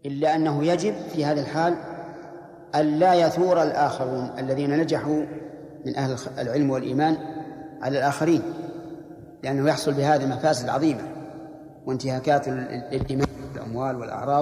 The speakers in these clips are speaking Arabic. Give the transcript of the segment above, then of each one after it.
إلا أنه يجب في هذا الحال أن لا يثور الآخرون الذين نجحوا من أهل العلم والإيمان على الآخرين، لأنه يحصل بهذا مفاسد عظيمة وانتهاكات للدماء والأموال والأعراض.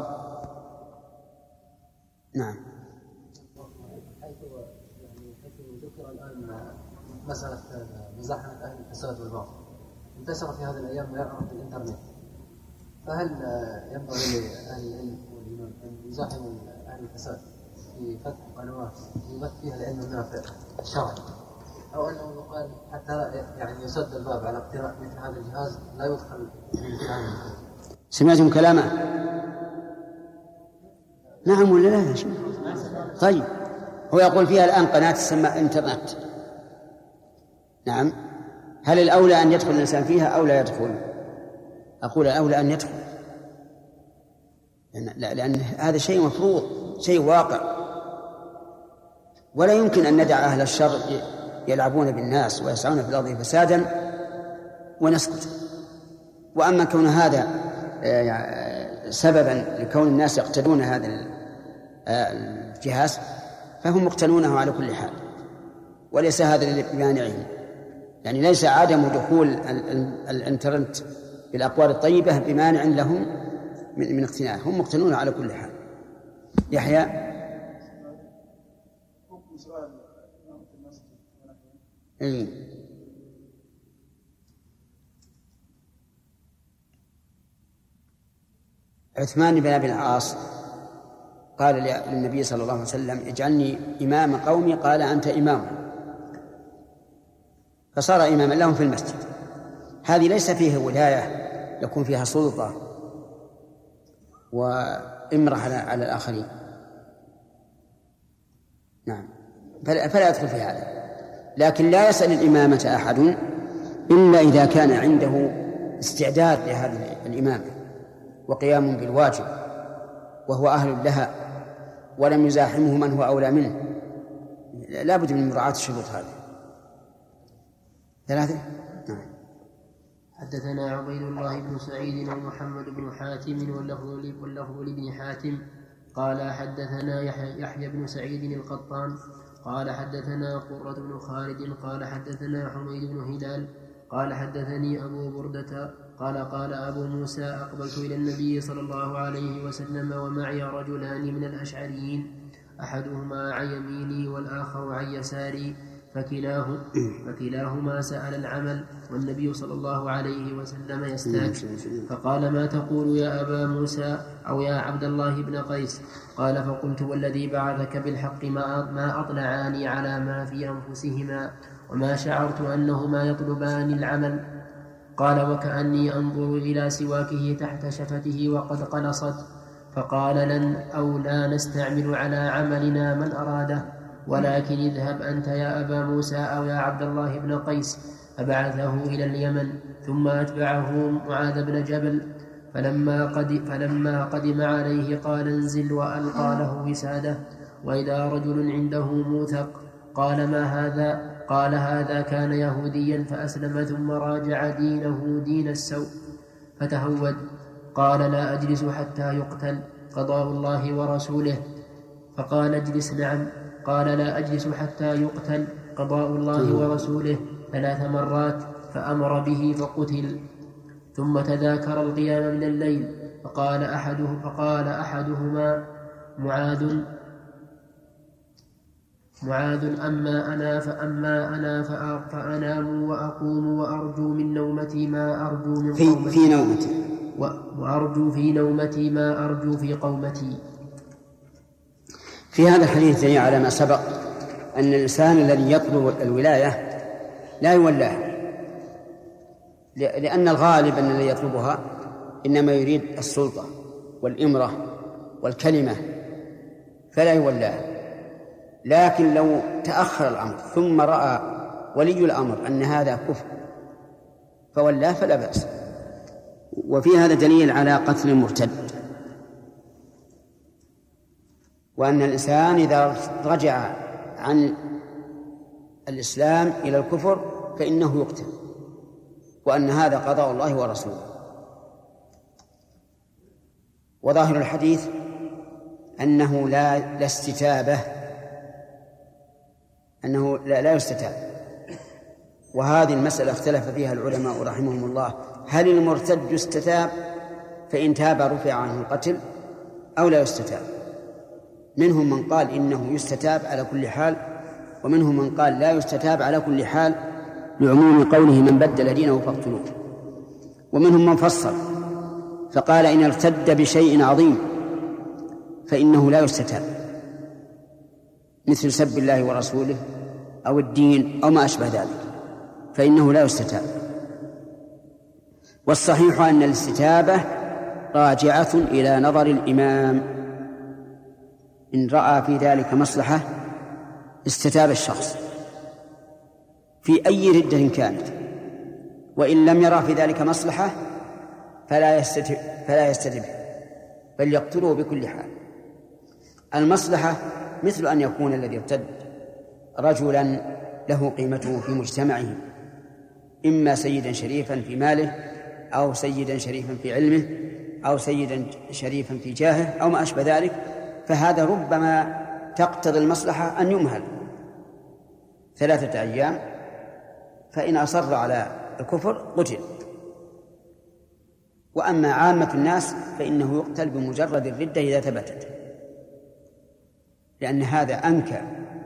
نعم. حيث ذكر الآن مسألة مزاحمة أهل الفساد والباطل انتشر في هذه الأيام ما يعرف بالإنترنت، فهل ينبغي لأهل العلم والإيمان أن يزاحموا أهل الفساد في فتح قنوات يبث فيها العلم النافع الشرعي، أو أنه يقال حتى يعني يسد الباب على اقتراء مثل هذا الجهاز لا يدخل في هذا الجهاز؟ سمعتم كلامه؟ نعم ولا لا؟ طيب، هو يقول فيها الآن قناة تسمى إنترنت. نعم. هل الأولى أن يدخل الإنسان فيها أو لا يدخل؟ أقول الأولى أن يدخل، لأن هذا شيء مفروض، شيء واقع، ولا يمكن أن ندع أهل الشر يلعبون بالناس ويسعون في الأرض فسادا ونسكت. وأما كون هذا سببا لكون الناس يقتدون هذا الجهاز فهم مقتنونه على كل حال، وليس هذا بمانعهم، يعني ليس عدم دخول الانترنت بالأقوال الطيبة بمانع لهم من اقتناعه، هم مقتنون على كل حال. يحيى. عثمان بن أبي العاص قال للنبي صلى الله عليه وسلم اجعلني إمام قومي، قال أنت إمام، فصار إماما لهم في المسجد. هذه ليس فيها ولاية يكون فيها سلطة وإمرة على الآخرين. نعم، فلا يدخل في هذا. لكن لا يسأل الإمامة أحد إلا إذا كان عنده استعداد لهذه الإمامة وقيام بالواجب وهو أهل لها، ولم يزاحمه من هو أولى منه. لا بد من مراعاة الشروط هذه. 3. نعم. حدثنا عبيد الله بن سعيد ومحمد بن حاتم واللفظ لابن حاتم قال حدثنا يحيى بن سعيد القطان قال حدثنا قرة بن خالد قال حدثنا حميد بن هلال قال حدثني أبو بردة قال أبو موسى أقبلت إلى النبي صلى الله عليه وسلم ومعي رجلان من الأشعريين أحدهما عن يميني والآخر عن يساري فكلاهما سأل العمل والنبي صلى الله عليه وسلم يستاك، فقال ما تقول يا أبا موسى أو يا عبد الله بن قيس؟ قال فقلت والذي بعثك بالحق ما أطلعاني على ما في أنفسهما وما شعرت أنهما يطلبان العمل. قال وكأني أنظر إلى سواكه تحت شفته وقد قلصت. فقال لن أو لا نستعمل على عملنا من أراده، ولكن اذهب أنت يا أبا موسى أو يا عبد الله بن قيس. فبعثه إلى اليمن ثم أتبعه معاذ بن جبل، فلما قدم عليه قال انزل وألقى له وساده، وإذا رجل عنده موثق. قال ما هذا؟ قال هذا كان يهوديا فأسلم ثم راجع دينه دين السوء فتهود. قال لا أجلس حتى يقتل قضاء الله ورسوله. فقال اجلس. نعم. قال لا أجلس حتى يقتل قضاء الله ورسوله 3 مرات، فأمر به فقتل. ثم تذاكر القيام من الليل، فقال أحدهما معاذ أما أنا فأنام وأقوم وأرجو من نومتي ما أرجو من قومتي في نومتي وأرجو في نومتي ما أرجو في قومتي. في هذا الحديث دليل على ما سبق أن الإنسان الذي يطلب الولاية لا يولاه، لأن الغالب أن الذي يطلبها إنما يريد السلطة والإمرة والكلمة فلا يولاه. لكن لو تأخر الأمر ثم رأى ولي الأمر أن هذا كفر فولاه فلا بأس. وفي هذا دليل على قتل المرتد، وأن الإنسان إذا رجع عن الإسلام إلى الكفر فإنه يقتل، وأن هذا قضاء الله ورسوله. وظاهر الحديث أنه لا استتابة، أنه لا يستتاب. وهذه المسألة اختلف فيها العلماء رحمهم الله، هل المرتد يستتاب فإن تاب رفع عنه القتل أو لا يستتاب؟ منهم من قال إنه يستتاب على كل حال، ومنهم من قال لا يستتاب على كل حال لعموم قوله من بدل دينه فاقتلوه. ومنهم من فصل فقال إن ارتد بشيء عظيم فإنه لا يستتاب، مثل سب الله ورسوله أو الدين أو ما أشبه ذلك، فإنه لا يستتاب. والصحيح أن الاستتابة راجعة إلى نظر الإمام، إن رأى في ذلك مصلحة استتاب الشخص في أي ردة كانت، وإن لم يرى في ذلك مصلحة فلا يستتب بل يقتله بكل حال. المصلحة مثل أن يكون الذي ارتد رجلا له قيمته في مجتمعه، إما سيدا شريفا في ماله أو سيدا شريفا في علمه أو سيدا شريفا في جاهه أو ما أشبه ذلك، فهذا ربما تقتضي المصلحة أن يمهل 3 أيام، فإن أصر على الكفر قتل. وأما عامة الناس فإنه يقتل بمجرد الردة إذا ثبتت، لأن هذا أنكى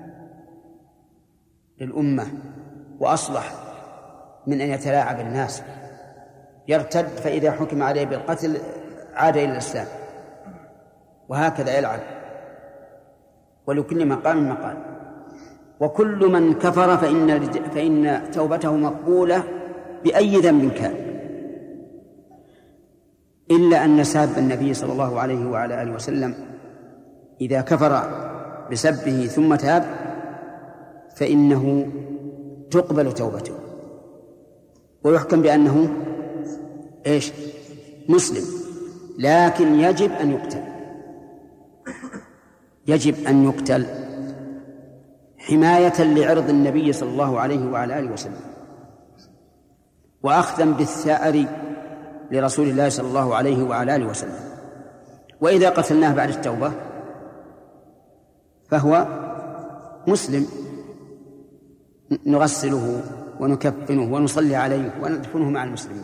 للأمة وأصلح من أن يتلاعب الناس، يرتد فإذا حكم عليه بالقتل عاد إلى الإسلام، وهكذا يلعب، ولكل مقام مقال. وكل من كفر فإن توبته مقبولة بأي ذنب كان، إلا أن ساب النبي صلى الله عليه وعلى آله وسلم إذا كفر بسبه ثم تاب فإنه تقبل توبته ويحكم بأنه مسلم، لكن يجب أن يقتل، يجب أن يقتل حماية لعرض النبي صلى الله عليه وعلى آله وسلم، وأخذا بالثأر لرسول الله صلى الله عليه وعلى آله وسلم. وإذا قتلناه بعد التوبة فهو مسلم، نغسله ونكفنه ونصلي عليه وندفنه مع المسلمين.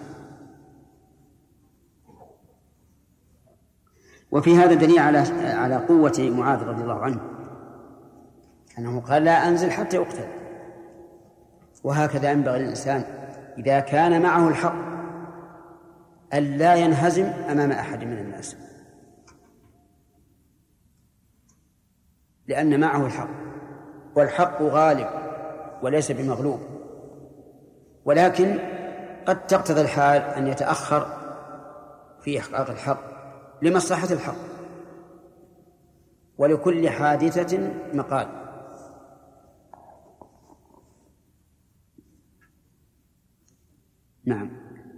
وفي هذا دليل على قوة معاذ رضي الله عنه، أنه قال لا أنزل حتى يقتل. وهكذا ينبغي للإنسان إذا كان معه الحق أن لا ينهزم أمام أحد من الناس، لأن معه الحق، والحق غالب وليس بمغلوب، ولكن قد تقتضي الحال أن يتأخر في إحقاق الحق لمصلحة الحق، ولكل حادثة مقال. نعم.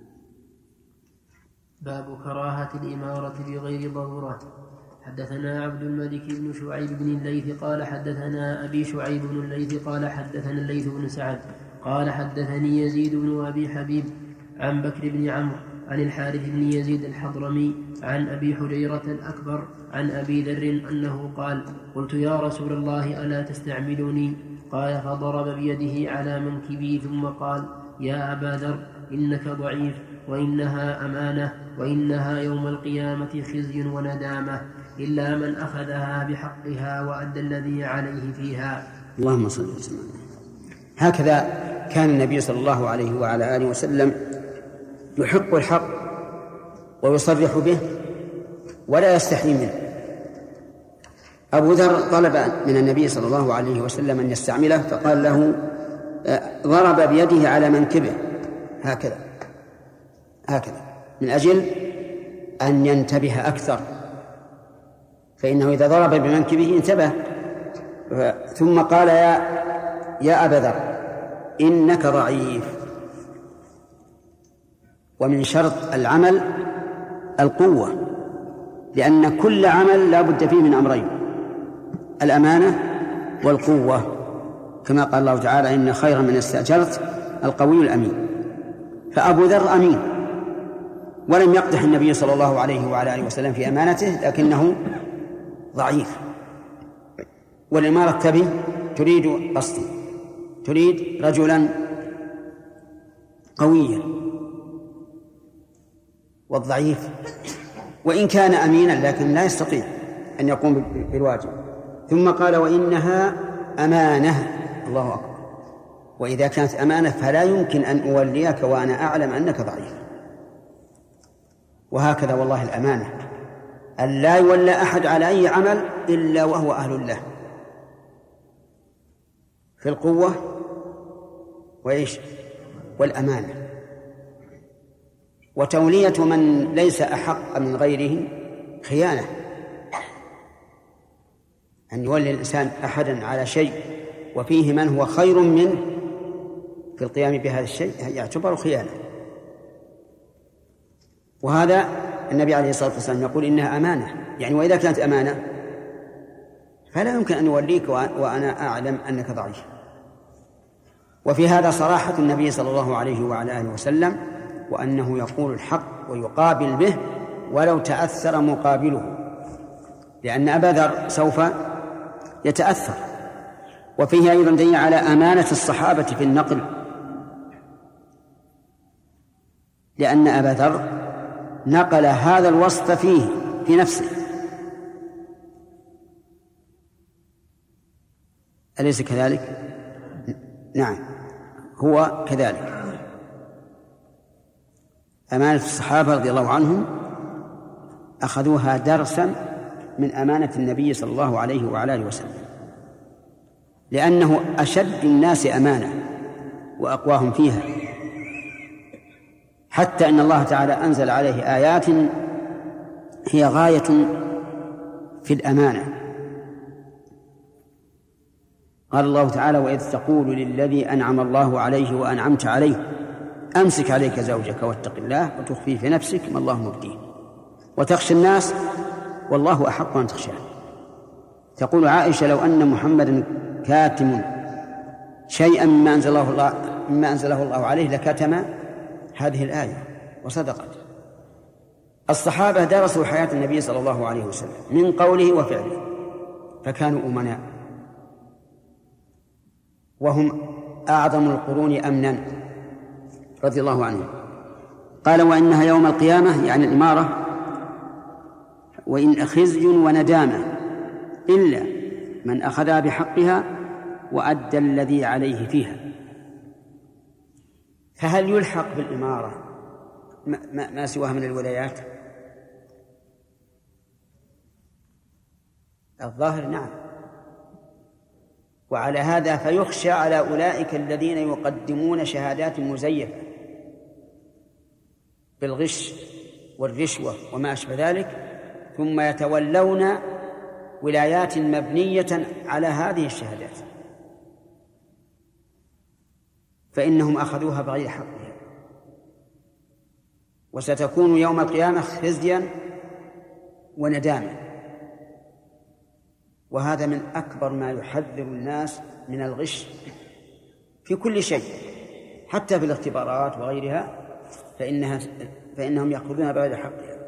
باب كراهة الإمارة بغير ضرورة. حدثنا عبد الملك بن شعيب بن الليث قال حدثنا أبي شعيب بن الليث قال حدثنا الليث بن سعد قال حدثني يزيد بن أبي حبيب عن بكر بن عمرو عن الحارث بن يزيد الحضرمي عن أبي حريرة الأكبر عن أبي ذر أنه قال قلت يا رسول الله ألا تستعملني؟ قال فضرب بيده على منكبي ثم قال يا أبا ذر إنك ضعيف، وإنها أمانة، وإنها يوم القيامة خزي وندامة، إلا من أخذها بحقها وأدى الذي عليه فيها. اللهم صل وسلم. هكذا كان النبي صلى الله عليه وعلى آله وسلم يحق الحق ويصرح به ولا يستحي منه. أبو ذر طلب من النبي صلى الله عليه وسلم أن يستعمله، فقال له ضرب بيده على منكبه هكذا من أجل أن ينتبه أكثر، فإنه إذا ضرب بمنكبه انتبه. ثم قال يا أبا ذر إنك ضعيف. ومن شرط العمل القوة، لأن كل عمل لا بد فيه من أمرين: الأمانة والقوة، كما قال الله تعالى إن خير من استأجرت القوي الأمين. فأبو ذر أمين، ولم يقدح النبي صلى الله عليه وعلى آله وسلم في أمانته، لكنه ضعيف. والإمارة تريد قصدي تريد رجلا قويا، والضعيف وإن كان أمينا لكن لا يستطيع أن يقوم بالواجب. ثم قال وإنها أمانة. الله أكبر. وإذا كانت أمانة فلا يمكن أن أوليك وأنا أعلم أنك ضعيف. وهكذا والله الأمانة أن لا يولى أحد على أي عمل إلا وهو أهل له في القوة والأمانة. وتولية من ليس أحق من غيره خيانة. أن يولي الإنسان أحدا على شيء وفيه من هو خير منه في القيام بهذا الشيء يعتبر خيانة. وهذا النبي عليه الصلاة والسلام يقول إنها أمانة، يعني وإذا كانت أمانة فلا يمكن أن يوليك وأنا أعلم أنك ضعيف. وفي هذا صراحة النبي صلى الله عليه وعلى آله وسلم، وأنه يقول الحق ويقابل به ولو تأثر مقابله، لأن أبا ذر سوف يتأثر. وفيه أيضا دليل على أمانة الصحابة في النقل، لأن أبا ذر نقل هذا الوصف في نفسه، أليس كذلك؟ نعم هو كذلك. أمانة الصحابة رضي الله عنهم أخذوها درسا من أمانة النبي صلى الله عليه وعلى آله وسلم، لأنه أشد الناس أمانة وأقواهم فيها، حتى أن الله تعالى أنزل عليه آيات هي غاية في الأمانة. قال الله تعالى وإذ تقول للذي أنعم الله عليه وأنعمت عليه أمسك عليك زوجك واتق الله وتخفي في نفسك ما الله مبديه وتخشى الناس والله أحق أن تخشاه. تقول عائشة لو أن محمدا كاتم شيئا مما أنزله الله عليه لكتم هذه الآية، وصدقت. الصحابة درسوا حياة النبي صلى الله عليه وسلم من قوله وفعله، فكانوا أمناء، وهم أعظم القرون أمنا رضي الله عنهم. قال وإنها يوم القيامة يعني الإمارة وإن خزي وندامة إلا من أخذها بحقها وأدى الذي عليه فيها. فهل يلحق بالإمارة ما سواها من الولايات؟ الظاهر نعم. وعلى هذا فيخشى على أولئك الذين يقدمون شهادات مزيفة بالغش والرشوة وما أشبه ذلك، ثم يتولون ولايات مبنية على هذه الشهادات، فإنهم أخذوها بغير حقها، وستكون يوم القيامة خزيا وندامة. وهذا من أكبر ما يحذر الناس من الغش في كل شيء، حتى في الاختبارات وغيرها فإنهم يأخذونها بغير حقها.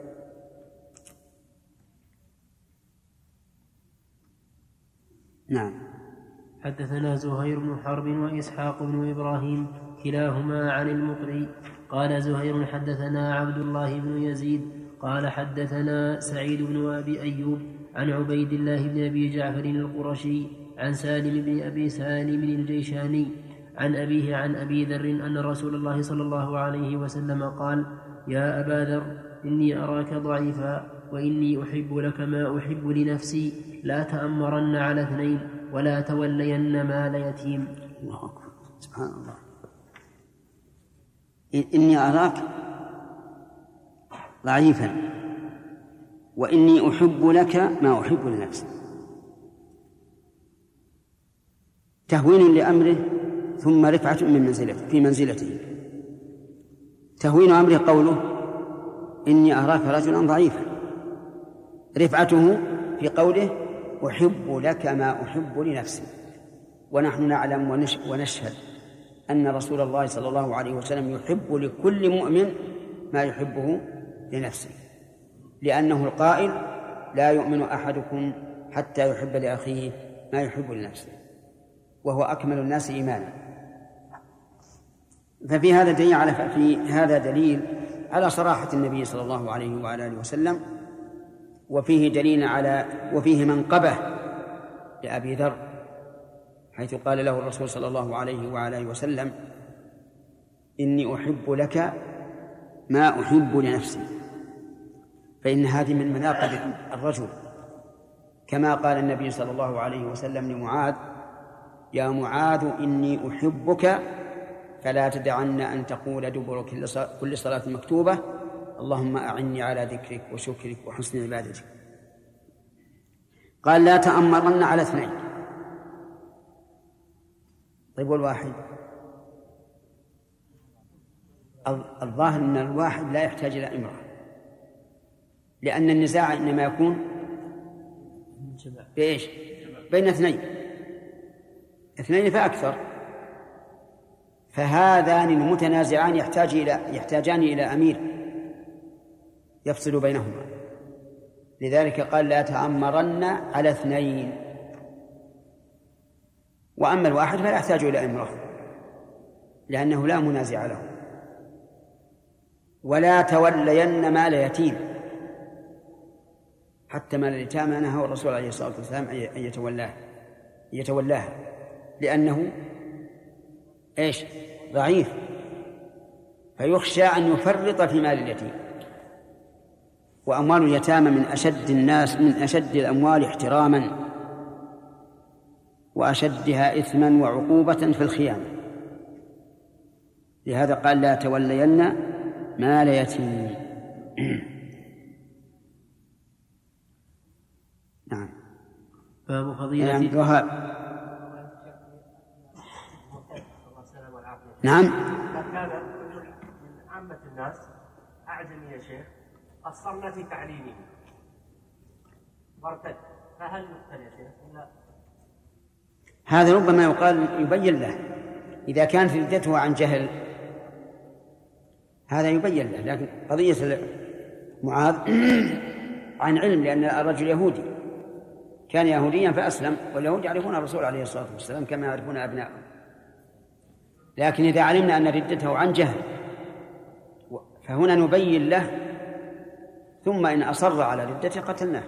نعم. حدثنا زهير بن حرب وإسحاق بن إبراهيم كلاهما عن المقري قال زهير حدثنا عبد الله بن يزيد قال حدثنا سعيد بن أبي أيوب عن عبيد الله بن أبي جعفر القرشي عن سالم بن أبي سالم الجيشاني عن أبيه عن أبي ذر أن رسول الله صلى الله عليه وسلم قال يا أبا ذر إني أراك ضعيفا وإني أحب لك ما أحب لنفسي لا تأمرن على اثنين ولا تولين مال يتيم. الله أكبر. سبحان الله. إني أراك ضعيفا وإني أحب لك ما أحب لنفسي. تهوين لأمره ثم رفعة من منزلته في منزلته. تهوين أمره قوله إني أراك رجلا ضعيفا، رفعته في قوله أحب لك ما أحب لنفسي. ونحن نعلم ونشهد أن رسول الله صلى الله عليه وسلم يحب لكل مؤمن ما يحبه لنفسه، لأنه القائل لا يؤمن أحدكم حتى يحب لأخيه ما يحب لنفسه، وهو أكمل الناس إيمانا. ففي هذا دليل على صراحة النبي صلى الله عليه وعلى آله وسلم، وفيه منقبة لأبي ذر، حيث قال له الرسول صلى الله عليه وعلى آله وسلم: إني أحب لك ما أحب لنفسي. فإن هذه من مناقب الرجل، كما قال النبي صلى الله عليه وسلم لمعاذ: يا معاذ إني أحبك فلا تدعن أن تقول دبر كل صلاة مكتوبة اللهم أعني على ذكرك وشكرك وحسن عبادتك. قال: لا تأمرن على 2. طيب والواحد؟ الظاهر أن الواحد لا يحتاج إلى امرأة، لأن النزاع إنما يكون بإيش؟ بين 2 فأكثر، فهذان المتنازعان يحتاجان إلى أمير يفصل بينهما. لذلك قال: لا تأمرن على 2. وأما الواحد فلا يحتاج إلى امرأة، لأنه لا منازع له. ولا تولين مال يتيم، حتى مال اليتامى نهى الرسول عليه الصلاة والسلام أن يتولاها، لأنه إيش؟ ضعيف، فيخشى أن يفرط في مال اليتيم. وأموال اليتامى من أشد الأموال احتراما وأشدها إثما وعقوبة في الخيانة. لهذا قال: لا تولين مال يتيم. نعم. باب فضيلة نعم. إذا كان رجل من عامة الناس أعجمي يا شيخ قصرنا في تعليمه وارتد، فهل يقتل يا شيخ؟ هذا ربما يبين له إذا كانت ردته عن جهل، هذا يبين له. لكن قضية معاذ عن علم، لأن الرجل يهودي، كان يهوديا فأسلم، واليهود يعرفون الرسول عليه الصلاة والسلام كما يعرفون أبنائهم. لكن إذا علمنا أن ردته عن جهل فهنا نبين له، ثم إن أصر على ردته قتلناه.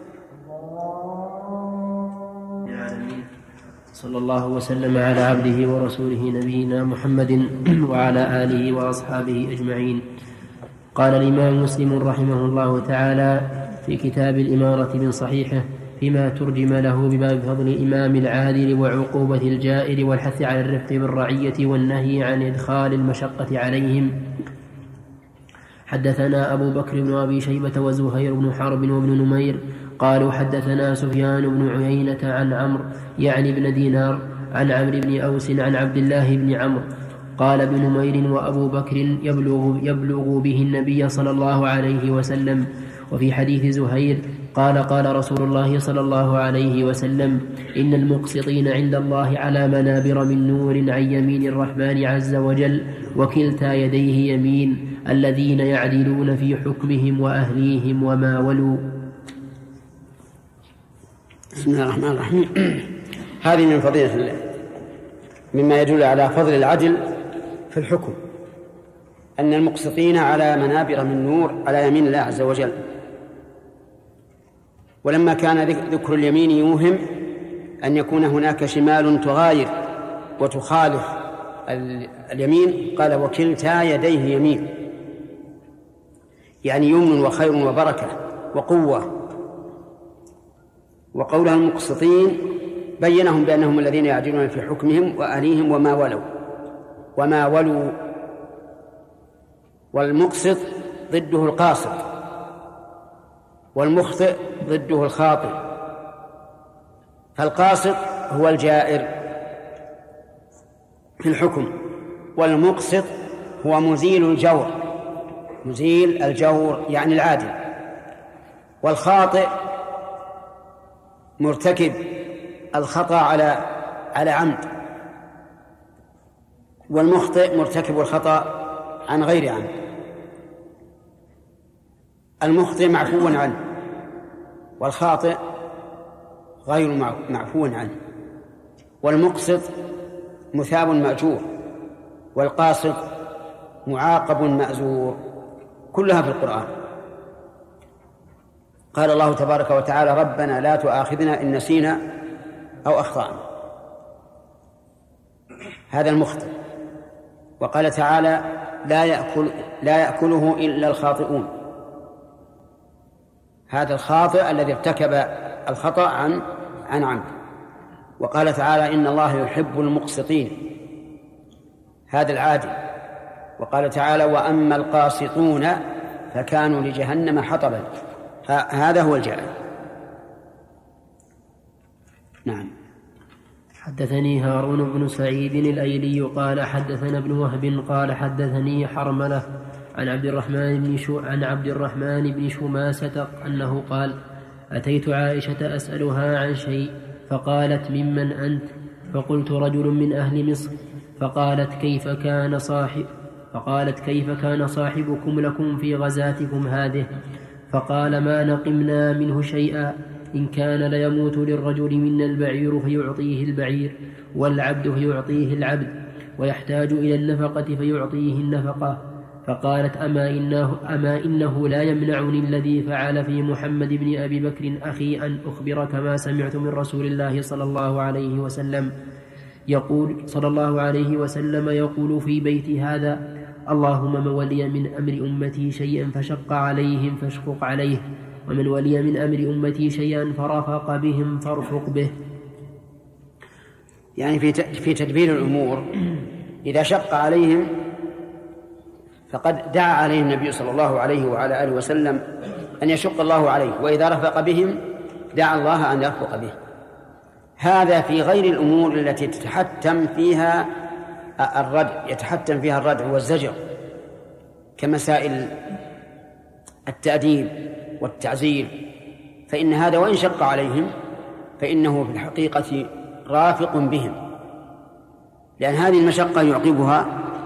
صلى الله وسلم على عبده ورسوله نبينا محمد وعلى آله وأصحابه أجمعين. قال الإمام مسلم رحمه الله تعالى في كتاب الإمارة من صحيحه فيما ترجم له بباب فضل الإمام العادل وعقوبة الجائر والحث على الرفق بالرعية والنهي عن إدخال المشقة عليهم. حدثنا أبو بكر بن أبي شيبة وزهير بن حرب وابن نمير قالوا حدثنا سفيان بن عيينة عن عمرو يعني بن دينار عن عمرو بن أوس عن عبد الله بن عمرو قال ابن نمير وأبو بكر يبلغ به النبي صلى الله عليه وسلم. وفي حديث زهير قال رسول الله صلى الله عليه وسلم إن المقسطين عند الله على منابر من نور عن يمين الرحمن عز وجل وكلتا يديه يمين الذين يعدلون في حكمهم وأهليهم وما ولوا. بسم الله الرحمن الرحيم. هذه من فضيلة الله، مما يدل على فضل العدل في الحكم، أن المقسطين على منابر من نور على يمين الله عز وجل. ولما كان ذكر اليمين يوهم أن يكون هناك شمال تغاير وتخالف اليمين، قال وكلتا يديه يمين، يعني يمن وخير وبركة وقوة. وقولها المقسطين بينهم بأنهم الذين يعدلون في حكمهم وأهليهم وما ولوا. والمقسط ضده القاسط، والمخطئ ضده الخاطئ. فالقاسط هو الجائر في الحكم، والمقسط هو مزيل الجور يعني العادل. والخاطئ مرتكب الخطأ على عمد، والمخطئ مرتكب الخطأ عن غير عمد. المخطئ معفو عنه، والخاطئ غير معفو عنه، والمقسط مثاب مأجور، والقاسط معاقب مأزور، كلها في القرآن. قال الله تبارك وتعالى: ربنا لا تؤاخذنا إن نسينا أو أخطأنا، هذا المخطئ. وقال تعالى: لا يأكله إلا الخاطئون، هذا الخاطئ الذي ارتكب الخطأ عن عمد. وقال تعالى: إن الله يحب المقسطين، هذا العادل. وقال تعالى: وأما القاسطون فكانوا لجهنم حطبا، هذا هو الجائر. نعم. حدثني هارون بن سعيد الأيلي قال حدثنا ابن وهب قال حدثني حرملة عن عبد الرحمن بن شماسة أنه قال: أتيت عائشة أسألها عن شيء فقالت: ممن أنت؟ فقلت: رجل من أهل مصر. فقالت: كيف كان صاحبكم لكم في غزاتكم هذه؟ فقال: ما نقمنا منه شيئا، إن كان ليموت للرجل منا البعير فيعطيه البعير، والعبد فيعطيه العبد، ويحتاج إلى النفقة فيعطيه النفقة. فقالت: أما إنه لا يمنعني الذي فعل في محمد بن أبي بكر أخي أن أخبرك ما سمعت من رسول الله صلى الله عليه وسلم يقول في بيت هذا: اللهم من ولي من أمر أمتي شيئا فشق عليهم فاشقق عليه، ومن ولي من أمر أمتي شيئا فرفق بهم فارفق به. يعني في تدبير الأمور إذا شق عليهم فقد دعا عليه النبي صلى الله عليه وعلى آله وسلم أن يشق الله عليه، وإذا رفق بهم دعا الله أن يرفق به. هذا في غير الأمور التي يتحتم فيها الردع والزجر، كمسائل التأديب والتعزير، فإن هذا وإن شق عليهم فإنه في الحقيقة رافق بهم، لأن هذه المشقة يعقبها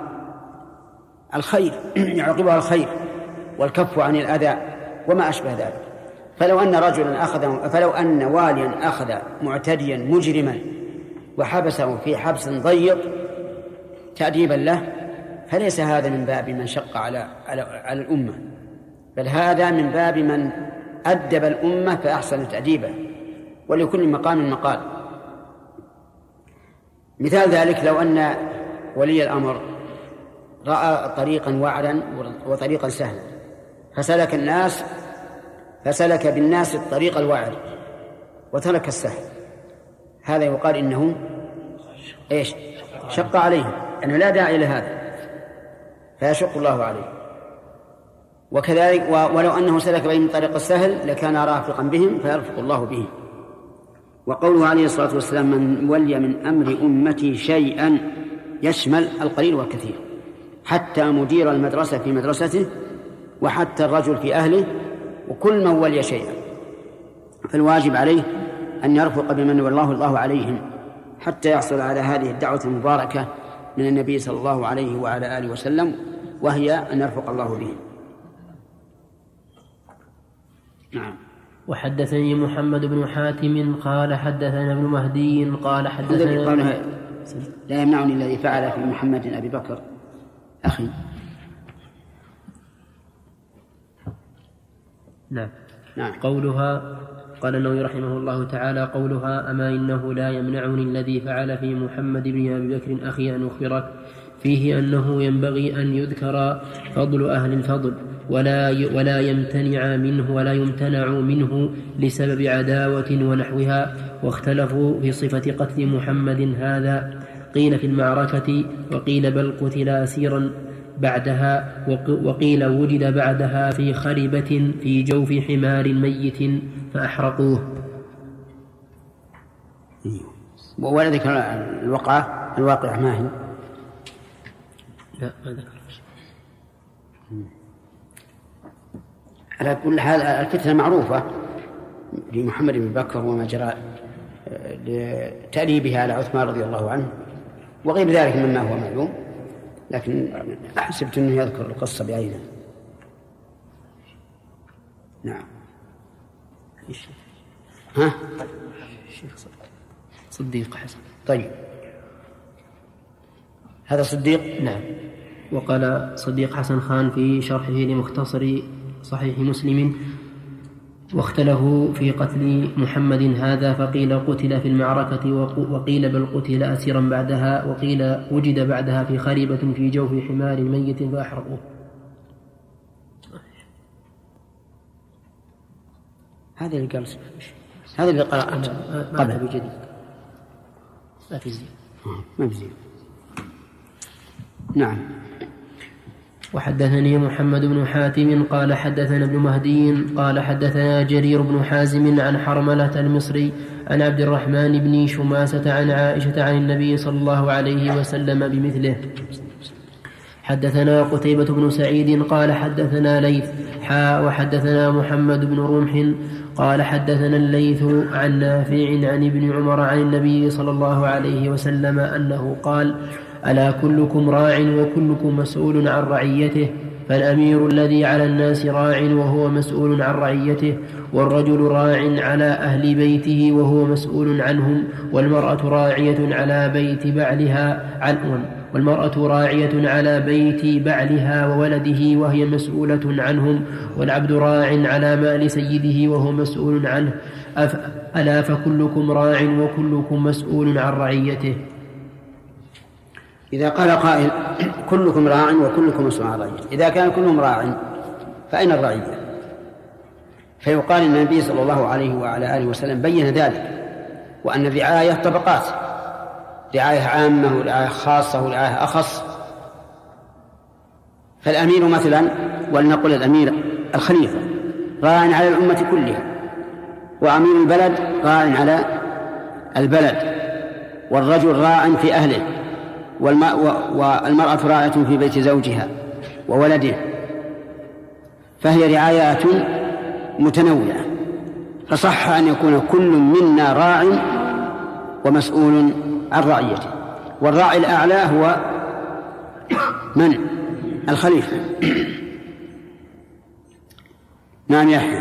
الخير والكف عن الأذى وما أشبه ذلك. فلو أن واليا أخذ معتديا مجرما وحبسه في حبس ضيق تأديبا له، فليس هذا من باب من شق على الأمة، بل هذا من باب من أدب الأمة فأحسن تأديبه، ولكل مقام مقال. مثال ذلك لو أن ولي الأمر رأى طريقا وعرا وطريقا سهلا فسلك بالناس الطريق الوعر وترك السهل، هذا يقال إنه شق عليهم، أنه لا داعي لهذا فيشق الله عليه. وكذلك ولو أنه سلك بهم طريق السهل لكان رافقا بهم فيرفق الله بهم. وقوله عليه الصلاة والسلام: من ولي من أمر أمتي شيئا يشمل القليل والكثير، حتى مدير المدرسة في مدرسته، وحتى الرجل في أهله، وكل من ولي شيئا، فالواجب عليه أن يرفق بمن والله الله عليهم حتى يحصل على هذه الدعوة المباركة من النبي صلى الله عليه وعلى آله وسلم، وهي أن يرفق الله به. نعم. وحدثني محمد بن حاتم قال حدثنا ابن مهدي قال حدثنا لا يمنعني الذي فعل في محمد أبي بكر أخي. نعم. قولها قال النووي رحمه الله تعالى: قولها أما إنه لا يمنعني الذي فعل في محمد بن أبي بكر أخي أن أخبرك، فيه أنه ينبغي أن يذكر فضل أهل الفضل ولا يمتنع منه لسبب عداوة ونحوها. واختلفوا في صفة قتل محمد هذا، قيل في المعركة، وقيل بل قتل أسيرا بعدها، وقيل وجد بعدها في خربة في جوف حمار ميت فأحرقوه. ولا ذكر الواقع ما هي؟ لا ما ذكر. على كل حال الفتنة معروفة لمحمد بن بكر وما جرى لتأليبها على عثمان رضي الله عنه وغير ذلك مما هو معلوم، لكن حسبت أنه يذكر القصة بعينها. نعم. صديق حسن. طيب هذا صديق. نعم. وقال صديق حسن خان في شرحه لمختصر صحيح مسلم: واختلفوا في قتل محمد هذا، فقيل قتل في المعركة، وقيل بل قتل أسيرا بعدها، وقيل وجد بعدها في خريبة في جوف حمار ميت فأحرقوه. هذا اللي قال، هذا اللي قرأت قبل بجديد ما في زين. ما في زين. نعم. وحدثني محمد بن حاتم قال حدثنا ابن مهدي قال حدثنا جرير بن حازم عن حرملة المصري عن عبد الرحمن بن شماسة عن عائشة عن النبي صلى الله عليه وسلم بمثله. حدثنا قتيبة بن سعيد قال حدثنا ليث وحدثنا محمد بن رمح قال حدثنا الليث عن نافع عن ابن عمر عن النبي صلى الله عليه وسلم أنه قال: ألا كلكم راع وكلكم مسؤول عن رعيته، فالأمير الذي على الناس راع وهو مسؤول عن رعيته، والرجل راع على أهل بيته وهو مسؤول عنهم، والمرأة راعية على بيت بعلها وولده وهي مسؤولة عنهم، والعبد راع على مال سيده وهو مسؤول عنه، ألا فكلكم راع وكلكم مسؤول عن رعيته. إذا قال قائل كلكم راع وكلكم مسؤول عن رعيته، إذا كان كلهم راع فأين الرعية؟ فيقال إن النبي صلى الله عليه وعلى آله وسلم بين ذلك، وأن الرعاية طبقات: رعاية عامة ورعاية خاصة ورعاية أخص. فالأمير مثلا، ولنقل الأمير الخليفة، راع على الأمة كلها، وأمير البلد راع على البلد، والرجل راع في أهله، والمرأة راعية في بيت زوجها وولده، فهي رعايات متنوعة. فصح أن يكون كل منا راع ومسؤول عن رعيته، والراعي الأعلى هو من؟ الخليفة. نعم يحيى.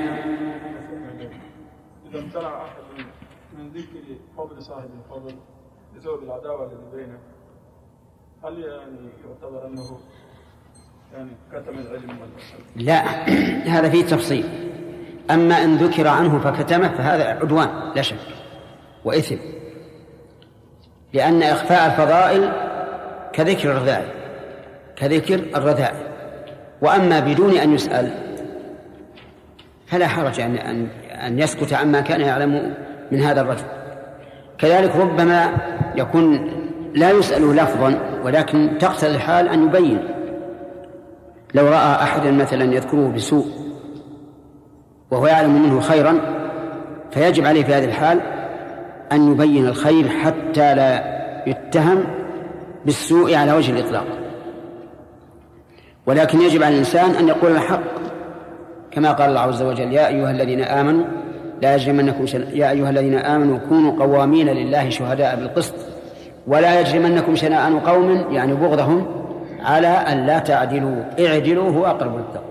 إذا امتنع أحد من ذكر فضل صاحب الفضل بسبب العداوة التي بينه، هل يعني يعتبر أنه يعني كتم العلم؟ لا، هذا فيه تفصيل. أما إن ذكر عنه فكتمه فهذا عدوان لا شك وإثم، لأن إخفاء الفضائل كذكر الرذائل. وأما بدون أن يسأل فلا حرج أن يسكت عما كان يعلم من هذا الرجل. كذلك ربما يكون لا يسأل لفظا، ولكن تقتضي الحال أن يبين. لو رأى أحدا مثلا يذكره بسوء وهو يعلم منه خيرا، فيجب عليه في هذه الحال أن يبين الخير حتى لا يتهم بالسوء على وجه الإطلاق. ولكن يجب على الإنسان أن يقول الحق، كما قال الله عز وجل: يا أيها الذين آمنوا كونوا قوامين لله شهداء بالقسط ولا يجرمنكم شنآن قوم، يعني بغضهم، على أن لا تعدلوا، اعدلوا هو أقرب للتقوى.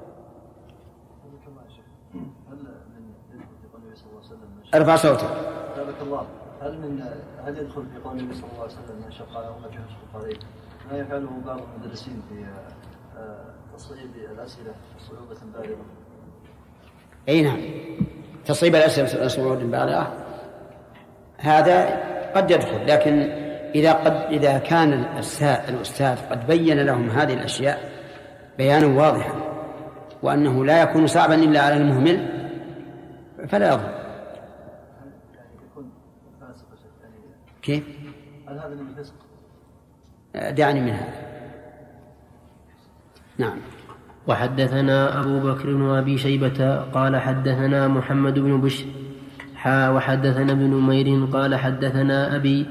ارفع صوتك. بارك الله. هل يدخل في قول النبي صلى الله عليه وسلم: من شق على أمته يشق عليه، ما يفعله بعض المدرسين في تصعيب الأسئلة صعوبة بالغة؟ أي نعم، تصعيب الأسئلة صعوبة بالغة هذا قد يدخل، لكن إذا كان الأستاذ قد بين لهم هذه الأشياء بيانا واضحا، وأنه لا يكون صعبا إلا على المهمل، فلا يضر. كيف؟ هل هذا من الفسق؟ دعني من هذا. نعم. وحدثنا أبو بكر وأبي شيبة قال حدثنا محمد بن بشر وحدثنا ابن نمير قال حدثنا أبي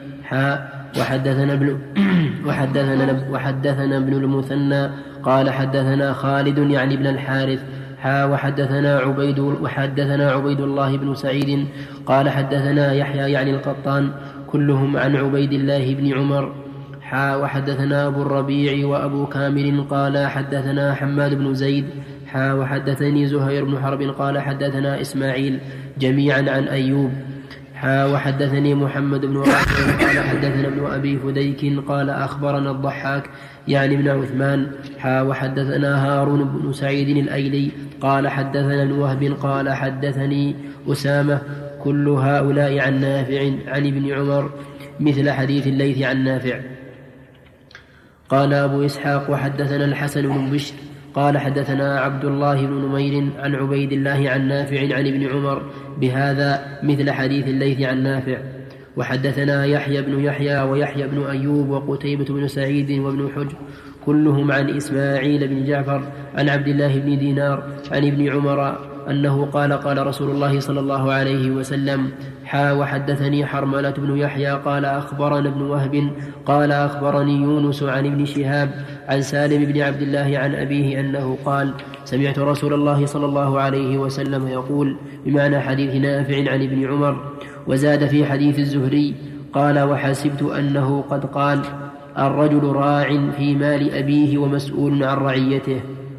وحدثنا ابن المثنى قال حدثنا خالد يعني ابن الحارث وحدثنا عبيد الله بن سعيد قال حدثنا يحيى يعني القطان كلهم عن عبيد الله بن عمر وحدثنا أبو الربيع وأبو كامل قال حدثنا حماد بن زيد وحدثني زهير بن حرب قال حدثنا إسماعيل جميعا عن أيوب وحدثني محمد بن رافع قال حدثنا ابن أبي فديك قال أخبرنا الضحاك يعني ابن عثمان وحدثنا هارون بن سعيد الأيلي قال حدثنا ابن وهب قال حدثني أسامة كل هؤلاء عن نافع عن ابن عمر مثل حديث الليث عن نافع. قال أبو إسحاق وحدثنا الحسن بن بشر قال حدثنا عبد الله بن نمير عن عبيد الله عن نافع عن ابن عمر بهذا مثل حديث الليث عن نافع. وحدثنا يحيى بن يحيى ويحيى بن أيوب وقتيبة بن سعيد وابن حجر كلهم عن إسماعيل بن جعفر عن عبد الله بن دينار عن ابن عمر أنه قال قال رسول الله صلى الله عليه وسلم وحدثني حرملة بن يحيى قال أخبرنا ابن وهب قال أخبرني يونس عن ابن شهاب عن سالم بن عبد الله عن أبيه أنه قال سمعت رسول الله صلى الله عليه وسلم يقول بمعنى حديث نافع عن ابن عمر. وزاد في حديث الزهري قال وحسبت أنه قد قال الرجل راع في مال أبيه ومسؤول عن رعيته.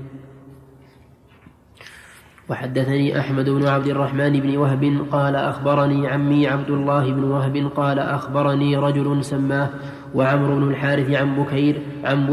وحدثني أحمد بن عبد الرحمن بن وهب قال أخبرني عمي عبد الله بن وهب قال أخبرني رجل سماه وعمر بن الحارث عن بكير عن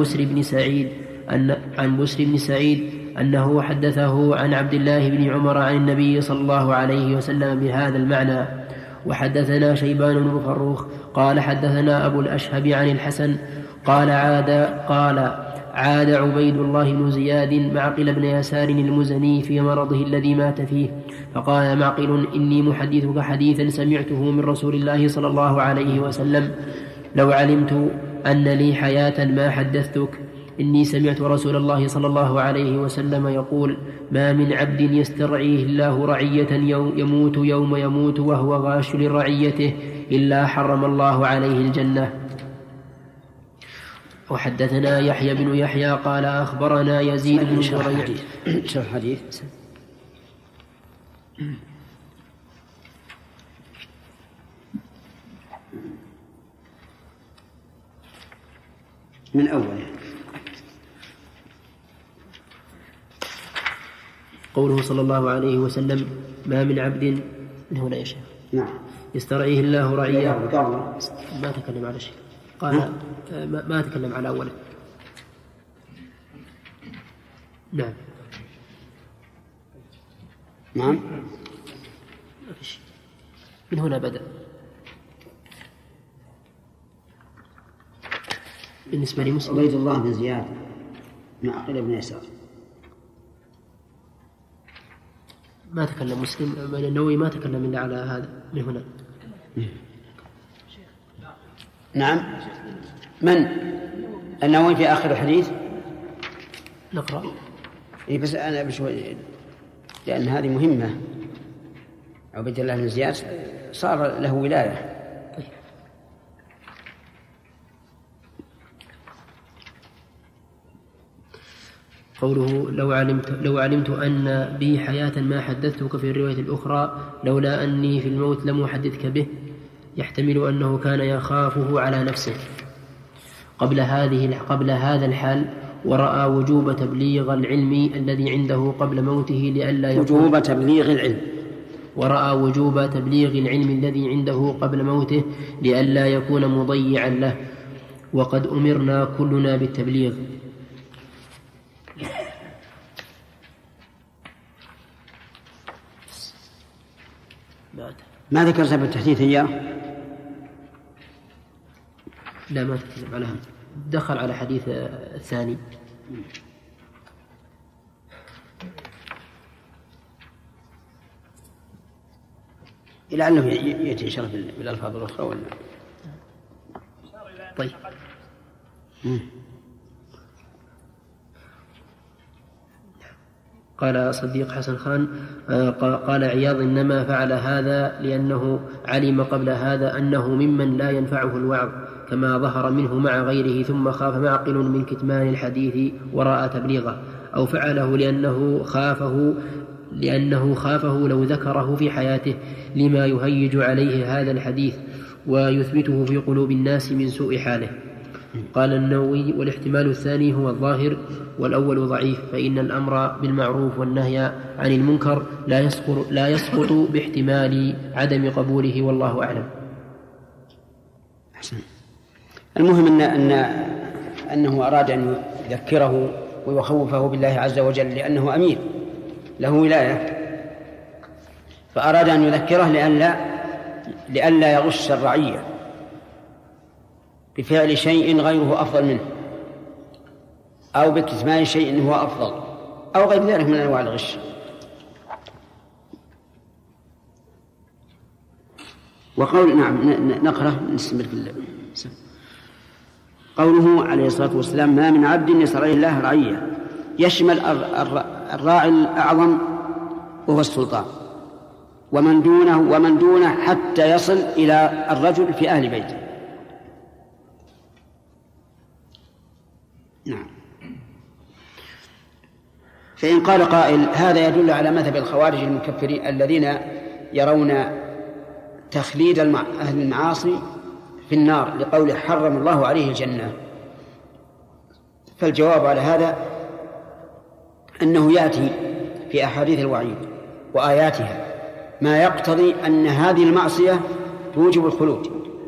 بسر بن سعيد أنه حدثه عن عبد الله بن عمر عن النبي صلى الله عليه وسلم بهذا المعنى. وحدثنا شيبان بن فروخ قال حدثنا أبو الأشهب عن الحسن قال عاد عبيد الله بن زياد معقل بن يسار المزني في مرضه الذي مات فيه فقال معقل إني محدثك حديثا سمعته من رسول الله صلى الله عليه وسلم لو علمت أن لي حياة ما حدثتك. إني سمعت رسول الله صلى الله عليه وسلم يقول ما من عبد يسترعيه الله رعية يموت يوم يموت وهو غاش لرعيته إلا حرم الله عليه الجنة. وحدثنا يحيى بن يحيى قال أخبرنا يزيد بن زريع شرح حديث من أوله. قوله صلى الله عليه وسلم ما من عبد من هنا يا شيخ نعم يسترعيه الله رعية ما تكلم على شيء قال ما تكلم على أوله. نعم نعم من هنا بدأ. بالنسبة لمسلم عبيد الله بن زياد معقل بن يسار ما تكلم مسلم بل النووي ما تكلم إلا على هذا من هنا. نعم من النووي في آخر الحديث نقرأ بس أنا بشوي لأن هذه مهمة. عبيد الله بن زياد صار له ولاية. قوله لو علمت أن بي حياة ما حدثتك في الرواية الأخرى لولا أني في الموت لم أحدثك به يحتمل أنه كان يخافه على نفسه قبل هذا الحال ورأى وجوب تبليغ العلم الذي عنده قبل موته لئلا يكون مضيعا له وقد أمرنا كلنا بالتبليغ. ما ذكر سبب التحديث إياه؟ لا ما تكلم على هذا. دخل على حديث الثاني. لعله يأتي شرف بالألفاظ الأخرى ولا طيب. قال صديق حسن خان قال عياض إنما فعل هذا لأنه علم قبل هذا أنه ممن لا ينفعه الوعظ كما ظهر منه مع غيره ثم خاف معقل من كتمان الحديث وراء تبليغه أو فعله لأنه خافه لو ذكره في حياته لما يهيج عليه هذا الحديث ويثبته في قلوب الناس من سوء حاله. قال النووي: والاحتمال الثاني هو الظاهر، والأول ضعيف، فإن الأمر بالمعروف والنهي عن المنكر لا يسقط باحتمال عدم قبوله، والله أعلم. المهم أنه أراد أن يذكره ويخوفه بالله عز وجل، لأنه أمير له ولاية، فأراد أن يذكره لئلا يغش الرعية بفعل شيء غيره أفضل منه، أو بكتمان شيء هو أفضل، أو غير ذلك من أنواع الغش. وقول نقرأ نستمر في قوله عليه الصلاة والسلام: ما من عبد يسر الله رعية، يشمل الراعي الأعظم وهو السلطان، ومن دونه حتى يصل إلى الرجل في أهل بيته. نعم. فإن قال قائل: هذا يدل على مذهب الخوارج المكفرين الذين يرون تخليد أهل المعاصي في النار لقوله حرم الله عليه الجنة، فالجواب على هذا أنه يأتي في أحاديث الوعيد وآياتها ما يقتضي أن هذه المعصية توجب الخلود،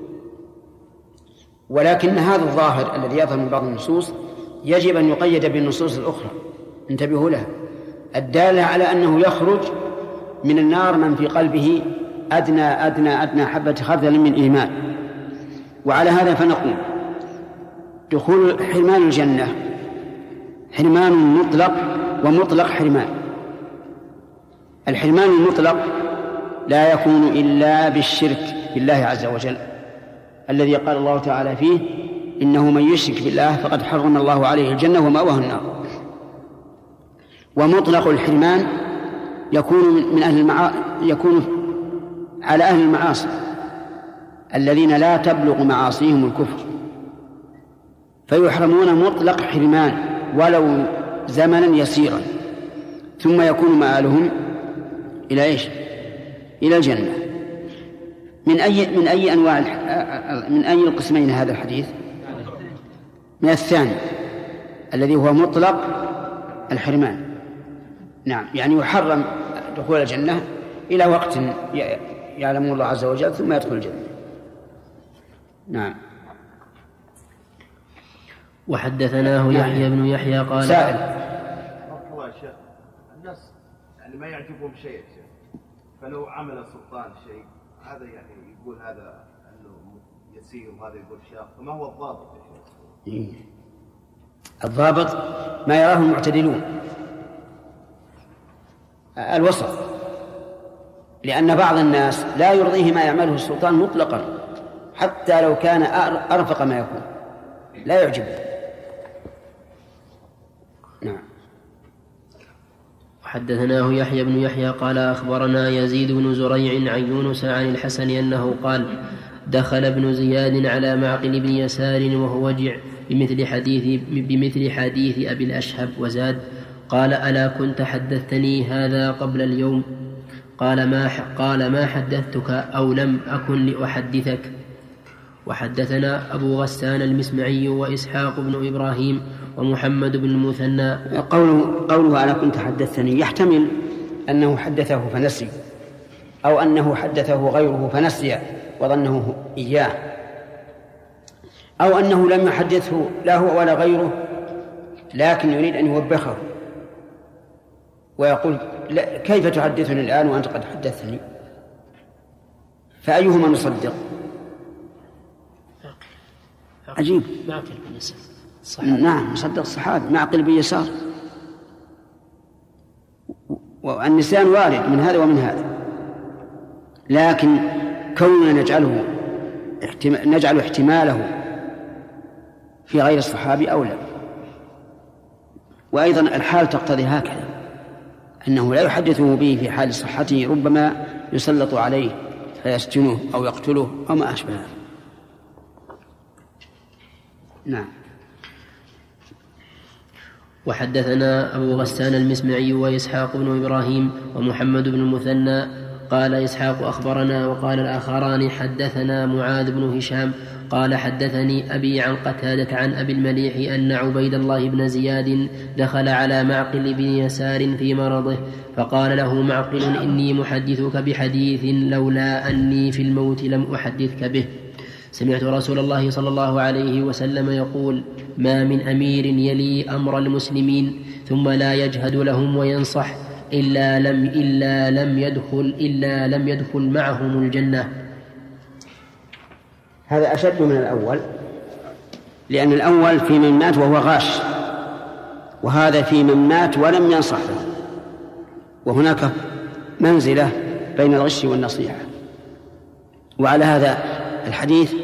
ولكن هذا الظاهر الذي يظهر من بعض النصوص يجب أن يقيد بالنصوص الأخرى، انتبهوا لها، الدالة على أنه يخرج من النار من في قلبه أدنى حبة خردل من إيمان. وعلى هذا فنقول: دخول حرمان الجنة حرمان مطلق ومطلق حرمان. الحرمان المطلق لا يكون إلا بالشرك بالله عز وجل، الذي قال الله تعالى فيه: إنه من يشرك بالله فقد حرم الله عليه الجنة ومأواه النار. ومطلق الحرمان يكون على أهل المعاصي الذين لا تبلغ معاصيهم الكفر، فيحرمون مطلق حرمان ولو زمنا يسيرا، ثم يكون مآلهم إلى إيش؟ إلى الجنة. من أي القسمين هذا الحديث؟ من الثاني الذي هو مطلق الحرمان. نعم، يعني يحرم دخول الجنة إلى وقت يعلم الله عز وجل ثم يدخل الجنة. نعم. وحدثناه يحيى بن يحيى قال: سائل. الناس يعني ما يعجبهم شيء، فلو عمل السلطان شيء هذا يعني يقول هذا أنه يسير وهذا يقول شاق، فما هو الضابط يا شيخ؟ الضابط ما يراه المعتدلون، الوسط، لأن بعض الناس لا يرضيه ما يعمله السلطان مطلقا حتى لو كان أرفق ما يكون، لا يعجبه. نعم. وحدثناه يحيى بن يحيى قال: أخبرنا يزيد بن زريع عن يونس عن الحسن أنه قال: دخل ابن زياد على معقل بن يسار وهو وجع بمثل حديث أبي الأشهب، وزاد: قال: ألا كنت حدثتني هذا قبل اليوم؟ قال ما حدثتك أو لم أكن لأحدثك. وحدثنا أبو غسان المسمعي وإسحاق بن إبراهيم ومحمد بن المثنى. قوله ألا كنت حدثتني يحتمل أنه حدثه فنسي، أو أنه حدثه غيره فنسي وظنه إياه، أو أنه لم يحدثه لا هو ولا غيره لكن يريد أن يوبخه ويقول: كيف تحدثني الآن وأنت قد حدثتني؟ فأيهما نصدق؟ عجيب. معقل بن يسار. نعم، نصدق الصحابي معقل بن يسار، والنسيان وارد من هذا ومن هذا، لكن كوننا نجعل احتماله في غير الصحابي أولى. وأيضا الحال تقتضي هكذا، أنه لا يحدثه به في حال صحته، ربما يسلط عليه فيسجنه أو يقتله أو ما أشبه. نعم. وحدثنا أبو غسان المسمعي وإسحاق بن إبراهيم ومحمد بن المثنى. قال إسحاق: أخبرنا. وقال الآخران: حدثنا معاذ بن هشام قال حدثني أبي عن قتادة عن أبي المليح أن عبيد الله بن زياد دخل على معقل بن يسار في مرضه فقال له معقل إني محدثك بحديث لولا أني في الموت لم أحدثك به. سمعت رسول الله صلى الله عليه وسلم يقول ما من أمير يلي أمر المسلمين ثم لا يجهد لهم وينصح إلا لم يدخل معهم الجنة. هذا أشد من الأول، لأن الأول في من مات وهو غاش، وهذا في من مات ولم ينصح له، وهناك منزلة بين الغش والنصيحة. وعلى هذا الحديث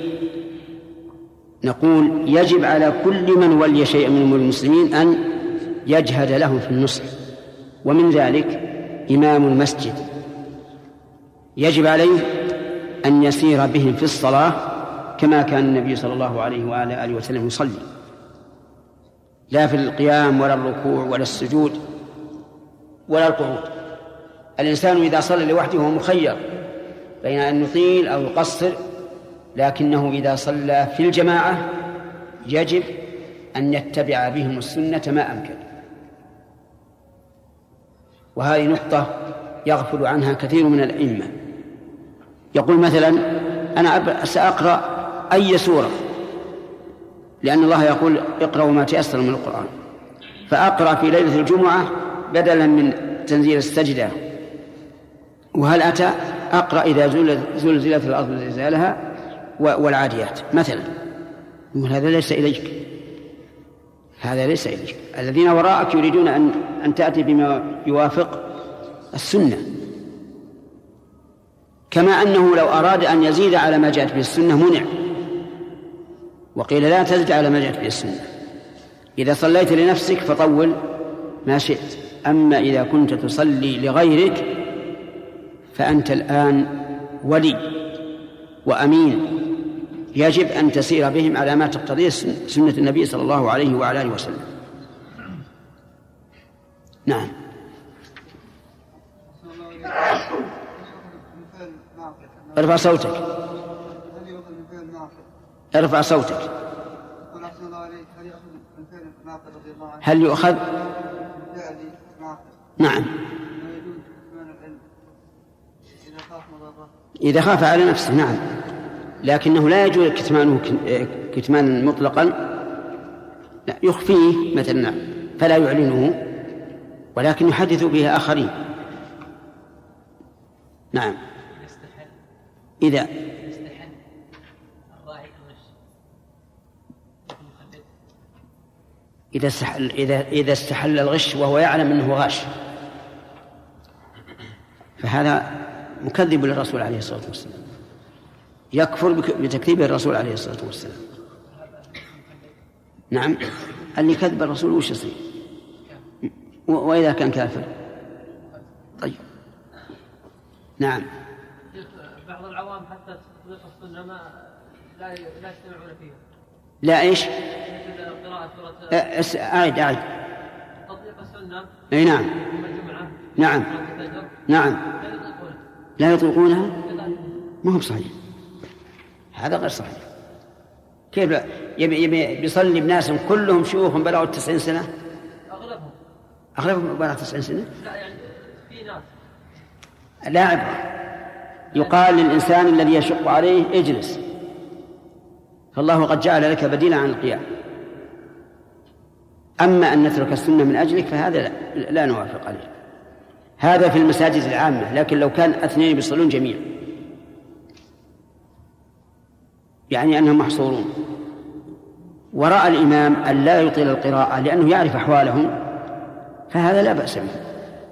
نقول يجب على كل من ولي شيئا من أمور المسلمين أن يجهد له في النصح، ومن ذلك إمام المسجد يجب عليه أن يسير بهم في الصلاة كما كان النبي صلى الله عليه وعلى آله وسلم يصلي، لا في القيام ولا الركوع ولا السجود ولا القعود. الإنسان إذا صلى لوحده هو مخير بين أن يطيل أو يقصر، لكنه إذا صلى في الجماعة يجب أن يتبع بهم السنة ما أمكن. وهذه نقطة يغفل عنها كثير من الأئمة. يقول مثلا أنا سأقرأ أي سورة، لأن الله يقول اقرأوا ما تيسر من القرآن، فأقرأ في ليلة الجمعة بدلا من تنزيل السجدة، وهل أتى أقرأ إذا زلزلت الأرض زلزالها والعاديات مثلا. هذا ليس إليك، هذا ليس إليك. الذين وراءك يريدون أن تأتي بما يوافق السنة، كما أنه لو أراد أن يزيد على ما جاءت به السنة منع، وقيل لا تزد على ما جاءت به السنة. إذا صليت لنفسك فطول ما شئت، أما إذا كنت تصلي لغيرك فأنت الآن ولي وأمين، يجب أن تسير بهم على ما تقتضيه سنة النبي صلى الله عليه وعلى آله وسلم. نعم. ارفع صوتك، ارفع صوتك. هل يؤخذ؟ نعم، إذا خاف على نفسه نعم، لكنه لا يجوز كتمانه كتمانا مطلقا، لا يخفيه مثلا فلا يعلنه، ولكن يحدث به آخرين. نعم. إذا استحل الغش وهو يعلم أنه غاش فهذا مكذب للرسول عليه الصلاة والسلام، يكفر بتكذيب الرسول عليه الصلاة والسلام. نعم، اللي كذب الرسول وش يصير؟ وإذا كان كافر؟ طيب. نعم. بعض العوام حتى تطبيق السنة لا يستمعون فيها. لا إيش؟ مثل قراءة سورة أعد تطبيق السنة. أي نعم. الجمعة. نعم. نعم. لا يطلقونها. ما هو بصحيح، هذا غير صحيح. كيف يبي بيصلي بناس كلهم شيوخ بلغوا 90 سنة؟ أغلبهم بلغوا 90 سنة. لا يعني في ناس. لا عبرة. يقال للإنسان الذي يشق عليه اجلس، فالله قد جعل لك بديلا عن القيام. أما أن نترك السنة من أجلك فهذا لا نوافق عليه. هذا في المساجد العامة، لكن لو كان اثنين بيصلون جميعا يعني أنهم محصورون وراء الإمام أن لا يطيل القراءة لأنه يعرف أحوالهم، فهذا لا بأس به.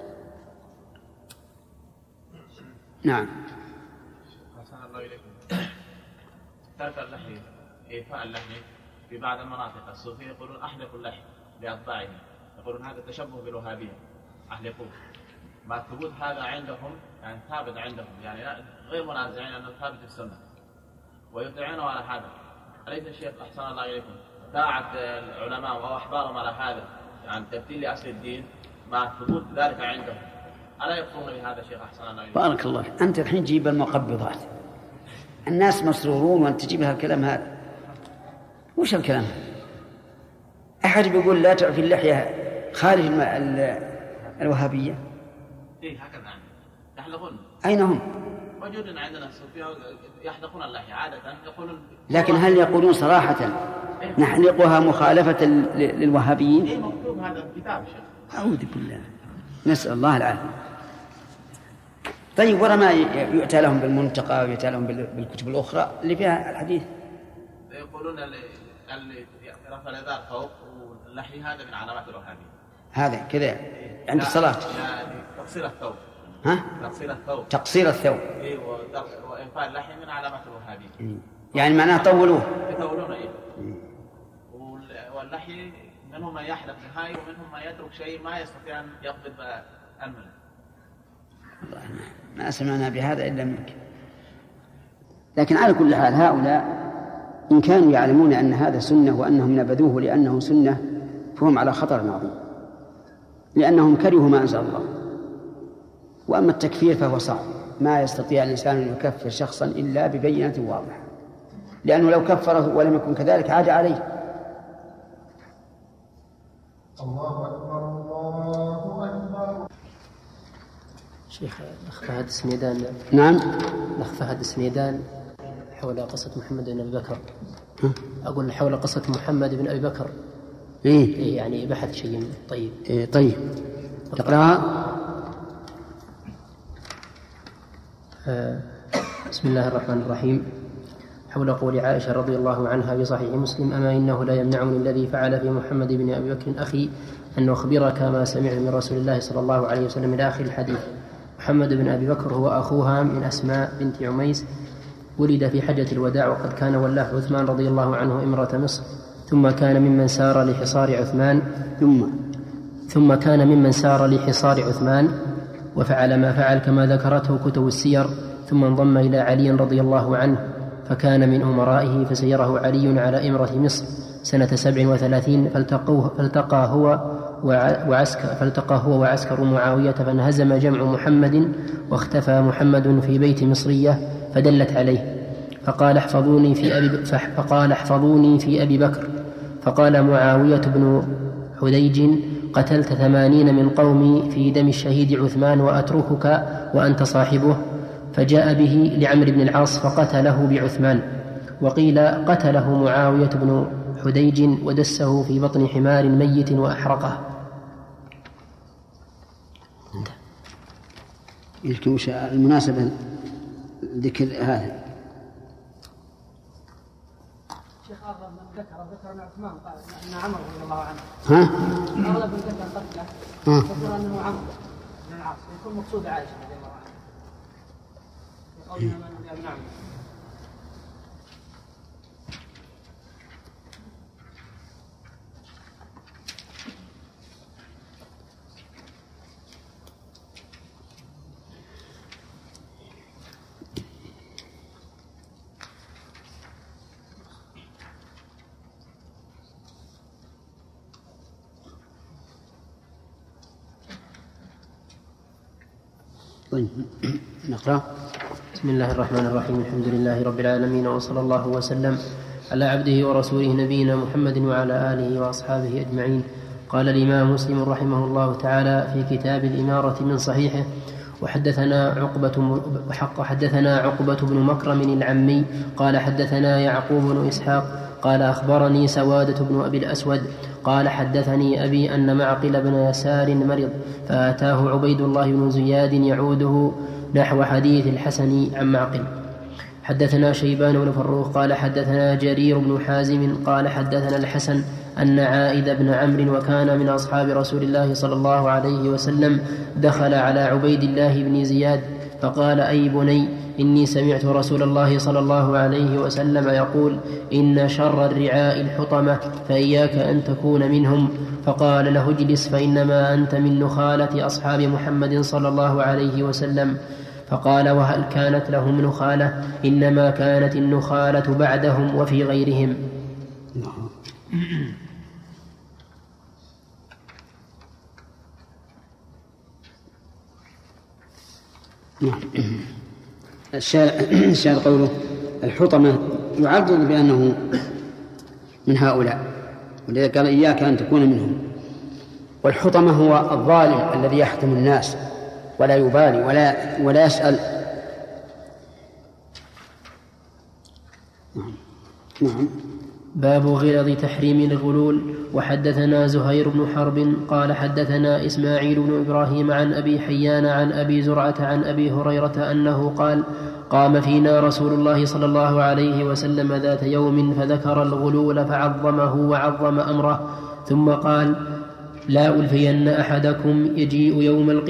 نعم. أحسن الله إليكم. ترك اللحية، إيفاء اللحية في بعض المناطق الصوفية يقولون أحلقوا اللحية بأطباعهم، يقولون هذا تشبه بالوهابية، أحلقوه. ما ثبوت هذا عندهم يعني ثابت عندهم، يعني غير منازعين أنه ثابت في السنة ويطيعونه على هذا. أليس الشيخ أحسن الله إليكم طاعة العلماء أو أحبارهم على هذا يعني تبديل لأصل الدين مع ثبوت ذلك عندهم، ألا يقولون بهذا الشيخ أحسن الله إليكم؟ بارك الله. أنت الحين جيب المقبضات، الناس مسرورون وأنت تجيب هالكلام هذا. وش الكلام؟ أحد بيقول لا تعفي اللحية خارج الوهابية؟ إيه هكذا يعني يحلقون. أين هم؟ موجودين عندنا الصوفية يحلقون اللحية عادة يقولون. لكن هل يقولون صراحة نحلقها مخالفة للوهابيين؟ إيه مكتوب هذا الكتاب شيخ. أعوذ بالله، نسأل الله العافية. طيب ورما يؤتى لهم بالمنتقى ويؤتى لهم بالكتب الأخرى اللي فيها الحديث؟ يقولون اللي رفع اليدار فوق واللحي هذا من علامات الوهابية. هذا كذا عند الصلاة. تقصير الثوب. ها؟ تقصير الثوب. تقصير الثوب. إيه وإنفاء اللحي من علامات الوهابية. يعني معناه طولوه. يطولونه إيه. واللحي منهم من يحلق نهائي ومنهم من يترك شيء ما يستطيع أن يقبض أنمله. والله ما سمعنا بهذا إلا منك. لكن على كل حال هؤلاء إن كانوا يعلمون أن هذا سنة وأنهم نبذوه لأنه سنة فهم على خطر عظيم، لأنهم كرهوا ما أنزل الله. وأما التكفير فهو صعب، ما يستطيع الإنسان أن يكفر شخصا إلا ببينة واضحة، لأنه لو كفره ولم يكن كذلك عاد عليه. الله أكبر الله أكبر. شيخ الأخ فهد السميدان. نعم. الأخ فهد السميدان حول قصة محمد بن أبي بكر. أقول حول قصة محمد بن أبي بكر. إيه يعني بحث شيء طيب. طيب تقرأها. بسم الله الرحمن الرحيم. حول قول عائشة رضي الله عنها في صحيح مسلم: أما إنه لا يمنعني الذي فعل في محمد بن أبي بكر أخي أن أخبرك ما سمعت من رسول الله صلى الله عليه وسلم إلى آخر الحديث. محمد بن أبي بكر هو أخوها من أسماء بنت عميس، ولد في حجة الوداع، وقد كان ولاه عثمان رضي الله عنه إمرة مصر، ثم كان ممن سار لحصار عثمان وفعل ما فعل كما ذكرته كتب السير، ثم انضم إلى علي رضي الله عنه فكان من أمرائه، فسيره علي على إمرة مصر سنة 37، فالتقى هو وعسكر معاوية فانهزم جمع محمد، واختفى محمد في بيت مصرية فدلت عليه، فقال احفظوني في أبي بكر. فقال معاوية بن حديج: قتلت 80 من قومي في دم الشهيد عثمان وأتركك وأنت صاحبه. فجاء به لعمرو بن العاص فقتله بعثمان. وقيل قتله معاوية بن حديج ودسه في بطن حمار ميت وأحرقه. يمكن وش المناسبة ذكر هذا؟ شيخ أغلب من ذكر أن عثمان قال أن عمرو رضي الله عنه. أغلب من ذكر قتله ذكر أنه عمرو بن العاص، يكون مقصود عائشة رضي الله عنها في قولنا من يمنعه. طيب نقرأ. بسم الله الرحمن الرحيم. الحمد لله رب العالمين، وصلى الله وسلم على عبده ورسوله نبينا محمد وعلى آله وأصحابه أجمعين. قال الإمام مسلم رحمه الله تعالى في كتاب الإمارة من صحيحه: وحدثنا عقبة بن مكرم العمي قال حدثنا يعقوب بن إسحاق قال أخبرني سوادة بن أبي الأسود قال حدثني أبي أن معقل بن يسار مرض، فأتاه عبيد الله بن زياد يعوده نحو حديث الحسن عن معقل. حدثنا شيبان بن فروخ قال حدثنا جرير بن حازم قال حدثنا الحسن أن عائد بن عمرو وكان من أصحاب رسول الله صلى الله عليه وسلم دخل على عبيد الله بن زياد فقال: أي بني، إني سمعت رسول الله صلى الله عليه وسلم يقول: إن شر الرعاء الحطمة، فإياك أن تكون منهم. فقال له: اجلس، فإنما أنت من نخالة أصحاب محمد صلى الله عليه وسلم. فقال: وهل كانت لهم نخالة؟ إنما كانت النخالة بعدهم وفي غيرهم. الشاعر قوله الحطمة يعرض بأنه من هؤلاء، ولذلك قال إياك أن تكون منهم. والحطمة هو الظالم الذي يحطم الناس ولا يبالي ولا يسأل. نعم. باب غلظ تحريم الغلول. وحدثنا زهير بن حرب قال حدثنا إسماعيل بن إبراهيم عن أبي حيان عن أبي زرعة عن أبي هريرة أنه قال: قام فينا رسول الله صلى الله عليه وسلم ذات يوم فذكر الغلول فعظمه وعظم أمره، ثم قال: لا ألفين أحدكم يجيء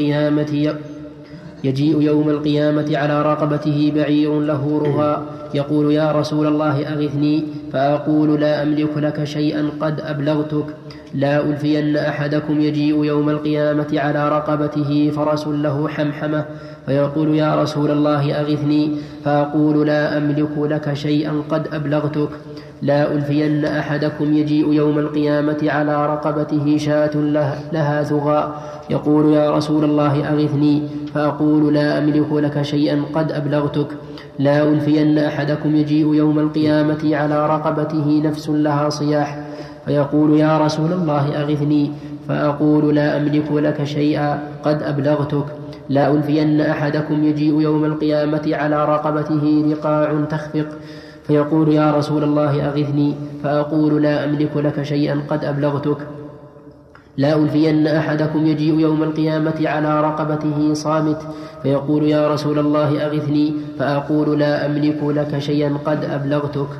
يوم القيامة على رقبته بعير له رغاء يقول: يا رسول الله أغثني، فأقول: لا أملك لك شيئا قد أبلغتك. لا ألفين أحدكم يجيء يوم القيامة على رقبته فرس له حمحمة فيقول: يا رسول الله أغثني، فأقول: لا أملك لك شيئا قد أبلغتك. لا ألفين أحدكم يجيء يوم القيامة على رقبته شاة لها ثغاء يقول: يا رسول الله أغثني، فأقول: لا أملك لك شيئا قد أبلغتك. لا ألفين أحدكم يجيء يوم القيامة على رقبته نفس لها صياح فيقول: يا رسول الله أغثني، فأقول: لا أملك لك شيئا قد أبلغتك. لا ألفين أحدكم يجيء يوم القيامة على رقبته رقاع تخفق فيقول: يا رسول الله أغثني، فأقول: لا أملك لك شيئا قد أبلغتك. لا ألفين أحدكم يجيء يوم القيامة على رقبته صامت فيقول: يا رسول الله أغثني، فأقول: لا أملك لك شيئا قد أبلغتك.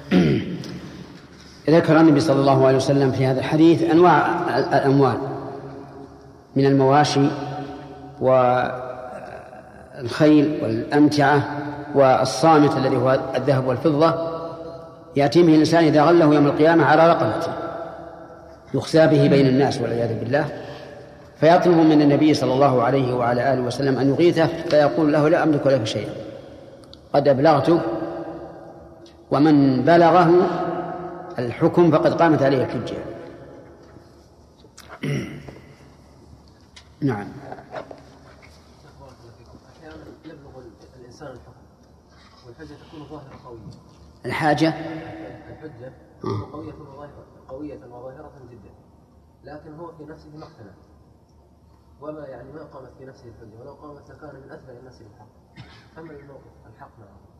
ذكر النبي صلى الله عليه وسلم في هذا الحديث أنواع الأموال من المواشي والخيل والأمتعة والصامت الذي هو الذهب والفضة، يأتي به الإنسان إذا غله يوم القيامة على رقبته يخزى به بين الناس والعياذ بالله، فيطلب من النبي صلى الله عليه وعلى آله وسلم أن يغيثه، فيقول له: لا أملك لك شيئا قد أبلغته. ومن بلغه الحكم فقد قامت عليه الحجة. نعم. أحيانا يبلغ الإنسان الحكم والحجة تكون ظاهرة قوية. الحاجة الحجة قوية وظاهرة جدا، لكن هو في نفسه ما اقتنع، وما يعني ما قامت في نفسه الحجة، ولو قامت لكان من أتبع الناس بالحق. أما الموقف الحق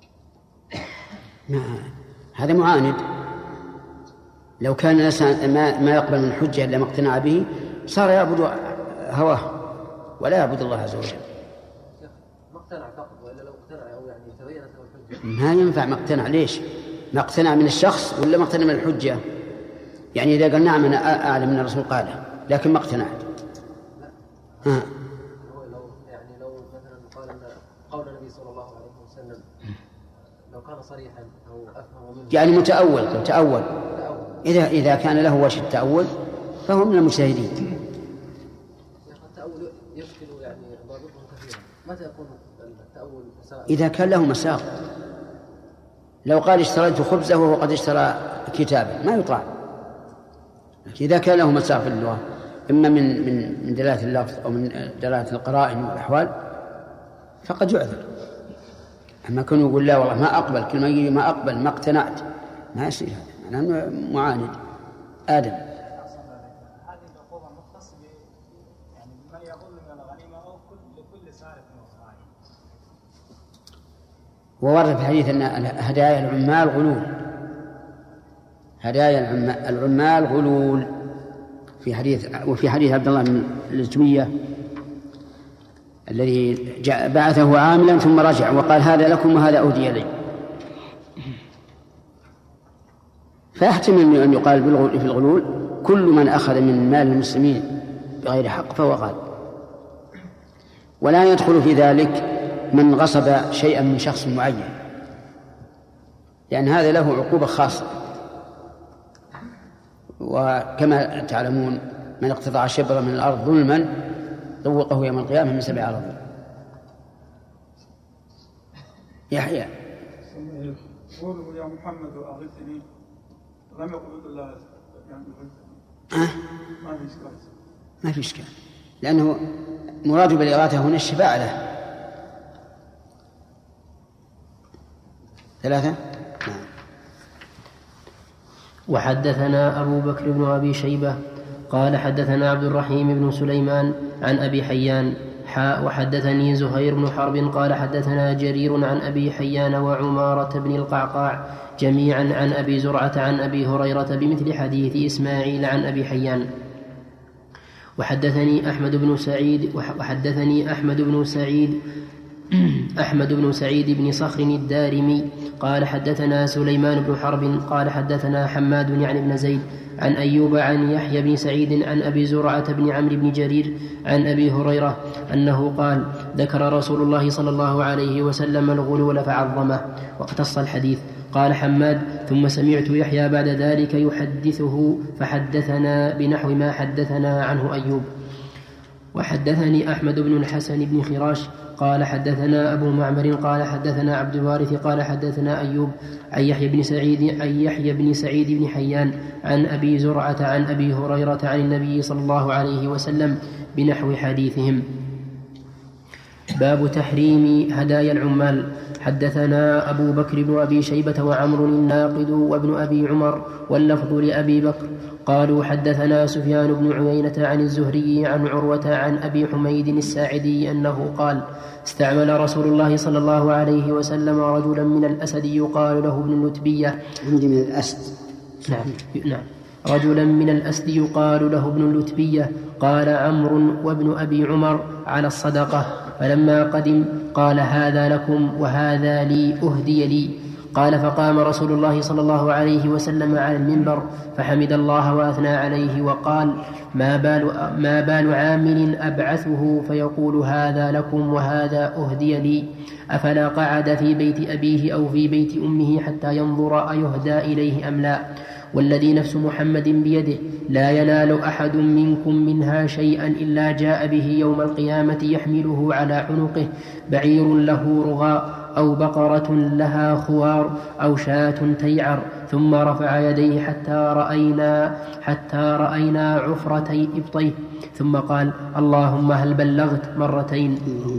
هذا معاند. لو كان الإنسان ما يقبل من الحجة إلا ما اقتنع به صار يعبد هواه ولا يعبد الله عز وجل. ما اقتنع فقط، وإلا لو اقتنع أو يعني تبينت له الحجة ما ينفع ما اقتنع. ليش؟ ما اقتنع من الشخص ولا ما اقتنع من الحجة؟ يعني إذا قال: نعم أنا أعلم من الرسول قاله، لكن ما اقتنعت. لو مثلا قول النبي صلى الله عليه وسلم لو كان صريحا أو أفهم منه، يعني متأول. إذا كان له وجه التأول فهو من المجتهدين. التأول يشكل يعني ضابطه كثيرا. متى يكون التأول مساء؟ إذا كان له مساق. لو قال: اشتريت خبزه وهو قد اشترى كتابا، ما يطاع. إذا كان له مساق في اللغة، إما من دلالة اللفظ أو من دلالة القرائن والأحوال، فقد يعذر. أما كان يقول: لا والله ما أقبل، كل ما يجي ما أقبل، ما اقتنعت، ما يصير هذا، لأنه معاند. آدم. هذه العقوبة مختصة يعني من يغل من الغنيمة أو لكل سارق وصاعد. وورد في الحديث أن هدايا العمال غلول. هدايا العمال غلول وفي حديث عبد الله بن الزبية الذي بعثه عاملا ثم رجع وقال: هذا لكم وهذا أهدي لي. فيحتمل أن يقال في الغلول كل من أخذ من مال المسلمين بغير حق فهو غال. ولا يدخل في ذلك من غصب شيئا من شخص معين، لأن هذا له عقوبة خاصة. وكما تعلمون: من اقتطع شبرا من الأرض ظلما ذوقه يوم القيامة من 7 أراضين. يحيى: قولوا يا محمد أغثني لم يقل الله يعني ما في إشكال، لأنه مراد بالإغاثة هنا الشفاعة له. 3. وحدثنا أبو بكر بن أبي شيبة قال حدثنا عبد الرحيم بن سليمان عن أبي حيان وحدثني زهير بن حرب قال حدثنا جرير عن أبي حيان وعمارة بن القعقاع جميعا عن أبي زرعة عن أبي هريرة بمثل حديث إسماعيل عن أبي حيان. وحدثني أحمد بن سعيد بن صخر الدارمي قال حدثنا سليمان بن حرب قال حدثنا حماد يعني بن زيد عن أيوب عن يحيى بن سعيد عن أبي زرعة بن عمرو بن جرير عن أبي هريرة أنه قال ذكر رسول الله صلى الله عليه وسلم الغلول فعظمه واقتص الحديث. قال حماد ثم سمعت يحيى بعد ذلك يحدثه فحدثنا بنحو ما حدثنا عنه أيوب. وحدثني أحمد بن الحسن بن خراش قال حدثنا أبو معمر قال حدثنا عبد الوارث قال حدثنا أيوب عن يحيى بن سعيد بن حيان عن أبي زرعة عن أبي هريرة عن النبي صلى الله عليه وسلم بنحو حديثهم. باب تحريم هدايا العمال. حدثنا أبو بكر بن أبي شيبة وعمر الناقد وابن أبي عمر واللفظ لأبي بكر قالوا حدثنا سفيان بن عيينة عن الزهري عن عروة عن أبي حميد الساعدي أنه قال استعمل رسول الله صلى الله عليه وسلم رجلا من الأسد يقال له ابن اللتبية. من الأسد نعم رجلا من الأسد يقال له ابن اللتبية قال عمرو وابن أبي عمر على الصدقة فلما قدم قال هذا لكم وهذا لي أهدي لي. قال فقام رسول الله صلى الله عليه وسلم على المنبر فحمد الله وأثنى عليه وقال ما بال عامل أبعثه فيقول هذا لكم وهذا أهدي لي أفلا قعد في بيت أبيه أو في بيت أمه حتى ينظر أيهدى إليه أم لا والذي نفس محمد بيده لا ينال أحد منكم منها شيئا إلا جاء به يوم القيامة يحمله على عنقه بعير له رغاء أو بقرة لها خوار أو شاة تيعر ثم رفع يديه حتى رأينا عفرتي إبطيه ثم قال اللهم هل بلغت مرتين.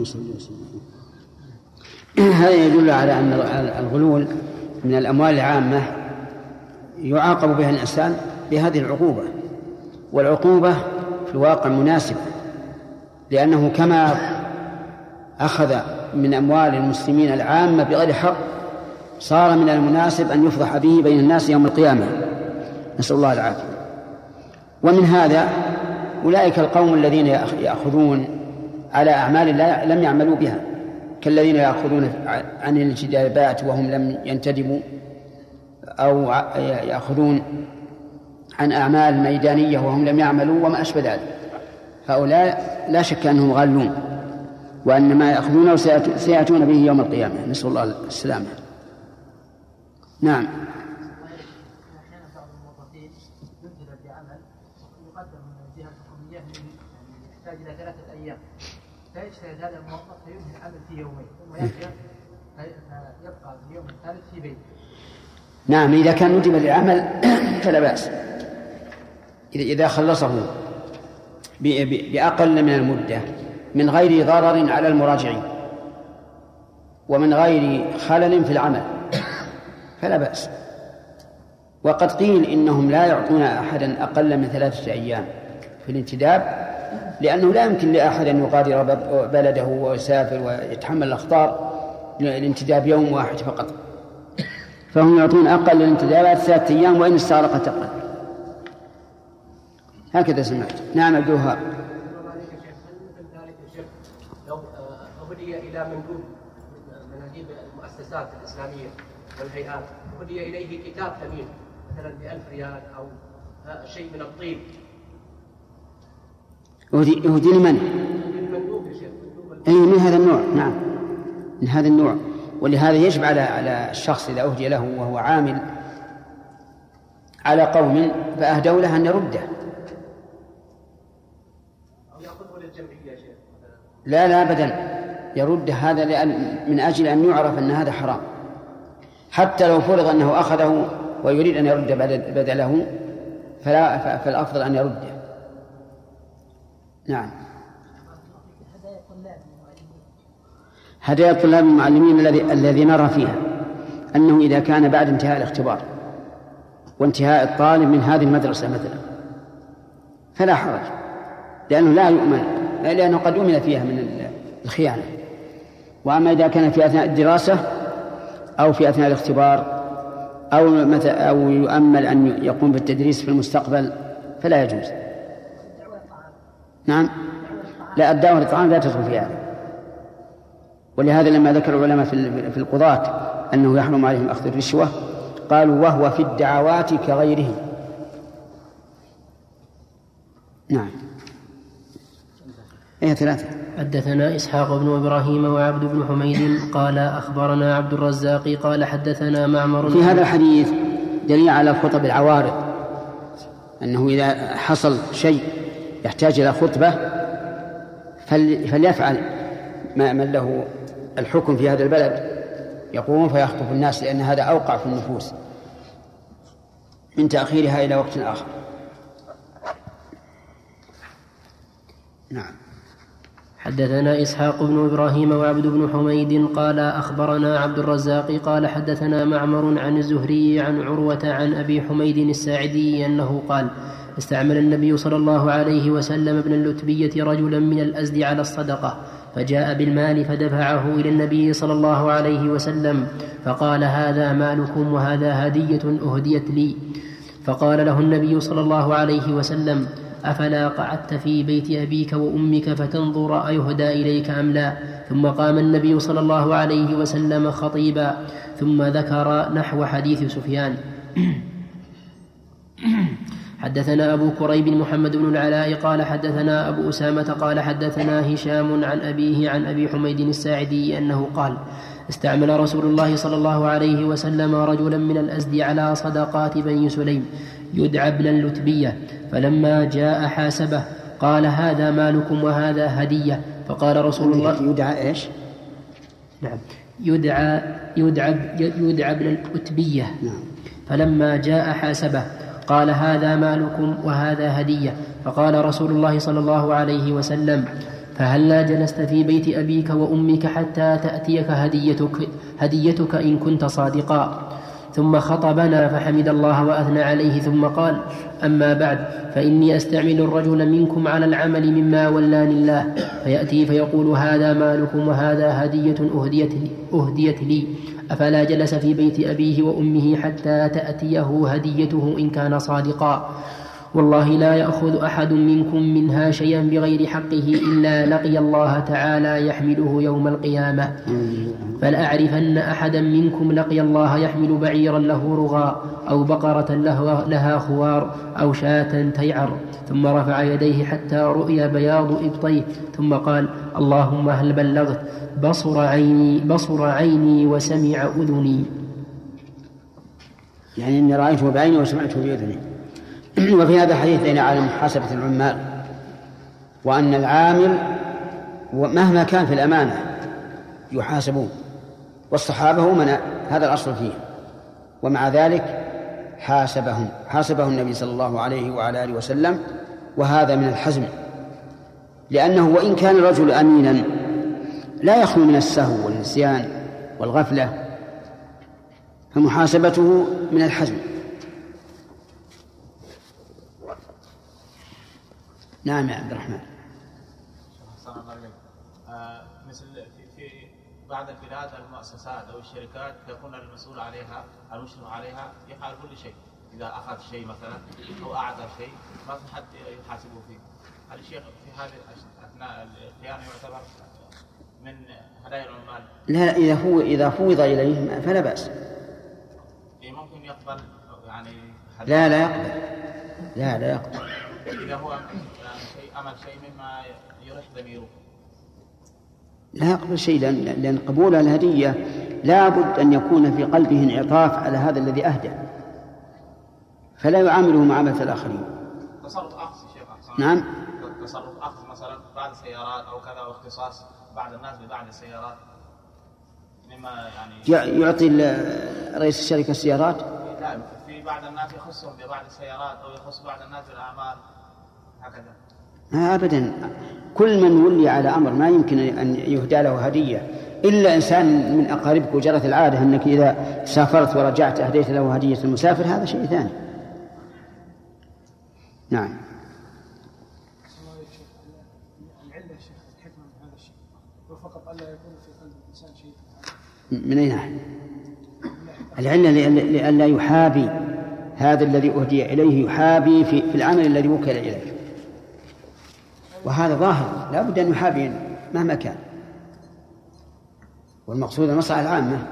هذا يدل على أن الغلول من الأموال العامة يعاقب بها الإنسان بهذه العقوبة، والعقوبة في الواقع مناسبة، لأنه كما أخذ من أموال المسلمين العامة بغير حق صار من المناسب أن يفضح به بين الناس يوم القيامة، نسأل الله العافية. ومن هذا أولئك القوم الذين يأخذون على أعمال لم يعملوا بها، كالذين يأخذون عن الانتدابات وهم لم ينتدبوا، أو يأخذون عن أعمال ميدانية وهم لم يعملوا وما أشبه ذلك. هؤلاء لا شك أنهم غالون، وأن ما يأخذونه سيأتون به يوم القيامة، نسأل الله السلامة. نعم. أحيانا بعض الموظفين ينتدب بعمل يقدم من الجهة الحكومية يحتاج إلى 3 أيام، فيجتهد هذا الموظف فينهي العمل في يومين ثم يرجع فيبقى في اليوم الثالث في بيته. نعم، إذا كان ندب للعمل فلا بأس، إذا خلصه بأقل من المدة من غير ضرر على المراجعين ومن غير خلل في العمل فلا بأس. وقد قيل إنهم لا يعطون أحدا أقل من 3 أيام في الانتداب، لأنه لا يمكن لأحد أن يغادر بلده ويسافر ويتحمل الأخطار للانتداب يوم واحد فقط، فهم يعطون أقل الانتدابات 3 أيام وإن استغرقت أقل. هكذا سمعت. نعم عبد الوهاب. لو أهدي إلى مندوب من مناديب المؤسسات الإسلامية والهيئات أهدي إليه كتاب ثمين مثلا ب1000 ريال أو شيء من الطيب، أهدي لمن؟ المندوب يا شيخ. أي من هذا النوع. نعم من هذا النوع. ولهذا يجب على الشخص إذا أهدي له وهو عامل على قوم فأهدوا له أن يرده. أو يأخذه للجمعية يا شيخ. لا أبدا، يرد هذا من أجل أن يعرف أن هذا حرام، حتى لو فرض أنه أخذه ويريد أن يرد بدله فالأفضل أن يرده. نعم. هدايا الطلاب المعلمين الذي نرى فيها أنه إذا كان بعد انتهاء الاختبار وانتهاء الطالب من هذه المدرسة مثلا فلا حرج، لأنه لا يؤمن، لأنه قد أمن فيها من الخيانة. وأما إذا كان في أثناء الدراسة أو في أثناء الاختبار أو يؤمل أن يقوم بالتدريس في المستقبل فلا يجوز. نعم، لا، الدعوة للطعام لا تدخل في هذا. ولهذا لما ذكر العلماء في القضاة أنه يحرم عليهم أخذ الرشوة قالوا وهو في الدعوات كغيره. نعم. ثلاثة. حدثنا إسحاق بن إبراهيم وعبد بن حميد قال أخبرنا عبد الرزاق قال حدثنا معمر. في هذا الحديث دليل على خطب العوارض، أنه إذا حصل شيء يحتاج إلى خطبة فليفعل من له الحكم في هذا البلد، يقوم فيخطب الناس، لأن هذا أوقع في النفوس من تأخيرها إلى وقت آخر. نعم. حدثنا إسحاق بن إبراهيم وعبد بن حميد قال أخبرنا عبد الرزاق قال حدثنا معمر عن الزهري عن عروة عن أبي حميد الساعدي أنه قال استعمل النبي صلى الله عليه وسلم ابن اللتبية رجلا من الأزد على الصدقة، فجاء بالمال فدفعه إلى النبي صلى الله عليه وسلم فقال هذا مالكم وهذا هدية أهديت لي. فقال له النبي صلى الله عليه وسلم أفلا قعدت في بيت أبيك وأمك فتنظر أيهدى إليك أم لا؟ ثم قام النبي صلى الله عليه وسلم خطيبا ثم ذكر نحو حديث سفيان. حدثنا أبو كريب محمد بن العلاء قال حدثنا أبو أسامة قال حدثنا هشام عن أبيه عن أبي حميد الساعدي أنه قال استعمل رسول الله صلى الله عليه وسلم رجلا من الأزد على صدقات بني سليم يدعى ابن اللتبية، فلما جاء حاسبه قال هذا مالكم وهذا هدية. فقال رسول الله يدعى إيش؟ نعم، يدعى ابن اللتبية. نعم. فلما جاء حاسبه قال هذا مالكم وهذا هدية. فقال رسول الله صلى الله عليه وسلم فهلا جلست في بيت أبيك وأمك حتى تأتيك هديتك إن كنت صادقا. ثم خطبنا فحمد الله وأثنى عليه ثم قال أما بعد فإني أستعمل الرجل منكم على العمل مما ولاني الله، فيأتي فيقول هذا مالكم وهذا هدية أهديت لي، أفلا جلس في بيت أبيه وأمه حتى تأتيه هديته إن كان صادقا؟ والله لا يأخذ أحد منكم منها شيئا بغير حقه إلا لقي الله تعالى يحمله يوم القيامة. فلأعرفن أحدا منكم لقي الله يحمل بعيرا له رغاء أو بقرة لها خوار أو شاة تيعر. ثم رفع يديه حتى رؤي بياض إبطيه ثم قال اللهم هل بلغت؟ بصر عيني وسمع أذني. يعني إني رأيته بعيني وسمعته بأذني. وفي هذا الحديث دليل على محاسبة العمال، وأن العامل مهما كان في الأمانة يحاسبون، والصحابة هم هذا الأصل فيه، ومع ذلك حاسبه النبي صلى الله عليه وعلى آله وسلم، وهذا من الحزم، لأنه وإن كان الرجل أمينا لا يخلو من السهو والنسيان والغفلة، فمحاسبته من الحزم. نعم يا عبد الرحمن. مثل في بعض البلاد المؤسسات أو الشركات يكون المسؤول عليها المشرف عليها يفعل كل شيء، إذا أخذ شيء مثلا أو أعطى شيء ما في حد يحاسبه فيه. هل الشيخ في هذه أثناء الخيانة يعتبر من هدايا العمال؟ لا، إذا فوض إليه فلا بأس. ممكن يقبل يعني لا يقبل. إذا هو عمل شيء مما يريح ضميره لا يقبل شيء، لأن قبول الهدية لا بد أن يكون في قلبه انعطاف على هذا الذي أهدى، فلا يعامله معاملة الآخرين. تصرف أخذ شيخ. نعم. تصرف أخذ مثلا بعض السيارات أو كذا، واختصاص بعض الناس ببعض السيارات مما يعني يعطي رئيس الشركة السيارات. لا، في بعض الناس يخصهم ببعض السيارات أو يخص بعض الناس بالأعمال هكذا. أبدا، كل من ولي على أمر ما يمكن أن يهدى له هدية إلا إنسان من أقاربك، وجرت العادة أنك إذا سافرت ورجعت أهديت له هدية المسافر، هذا شيء ثاني. نعم. العلة يا شيخ الحكمة من هذا الشيء وفقط ألا يكون في قلب الإنسان شيء. من أي ناحية؟ العلة لئلا يحابي هذا الذي أهدي إليه يحابي في العمل الذي وكل إليه، وهذا ظاهر لا بد أن يحابي مهما كان، والمقصود المصلحة العامة.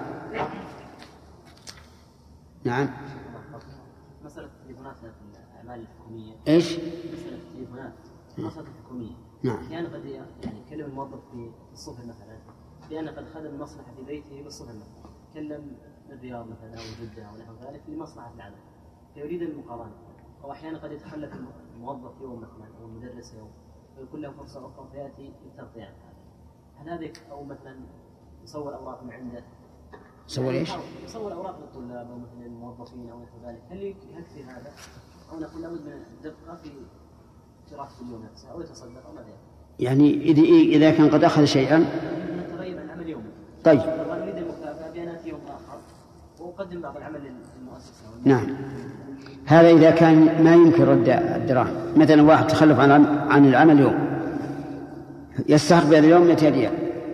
نعم. مسألة التليفونات في الأعمال الحكومية. إيش؟ مسألة التليفونات في المصلحة الحكومية. نعم. يعني قد يكلم الموظف في الصفر مثلا، لأن قد خدم المصلحة في بيته بالصفر مثلا، كلم الرياض مثلا أو جدة أو نحو ذلك لمصلحة العمل، فيريد المقارنة. أو أحيانا قد يتخلف الموظف يوم مثلا أو المدرس يوم، فيكون له فرصة أخرى فيأتي للتغطية عن هذا. هل هذا أو مثلا يصور أوراق من عنده؟ يصور إيش؟ يصور أوراق للطلاب أو مثلا الموظفين أو نحو ذلك، هل يكفي هذا؟ أو نقول لابد من الدقة في دراسة اليوم نفسها أو يتصدق أو ماذا؟ يعني إذا كان قد أخذ شيئا نتغيب عن العمل يوما. طيب. نريد المكافأة بأن يوم آخر وأقدم بعض العمل للمؤسسة. نعم. هذا إذا كان ما يمكن رد الدراهم، مثلا واحد تخلف عن العمل يوم، يستحق بهذا اليوم 200 ريال.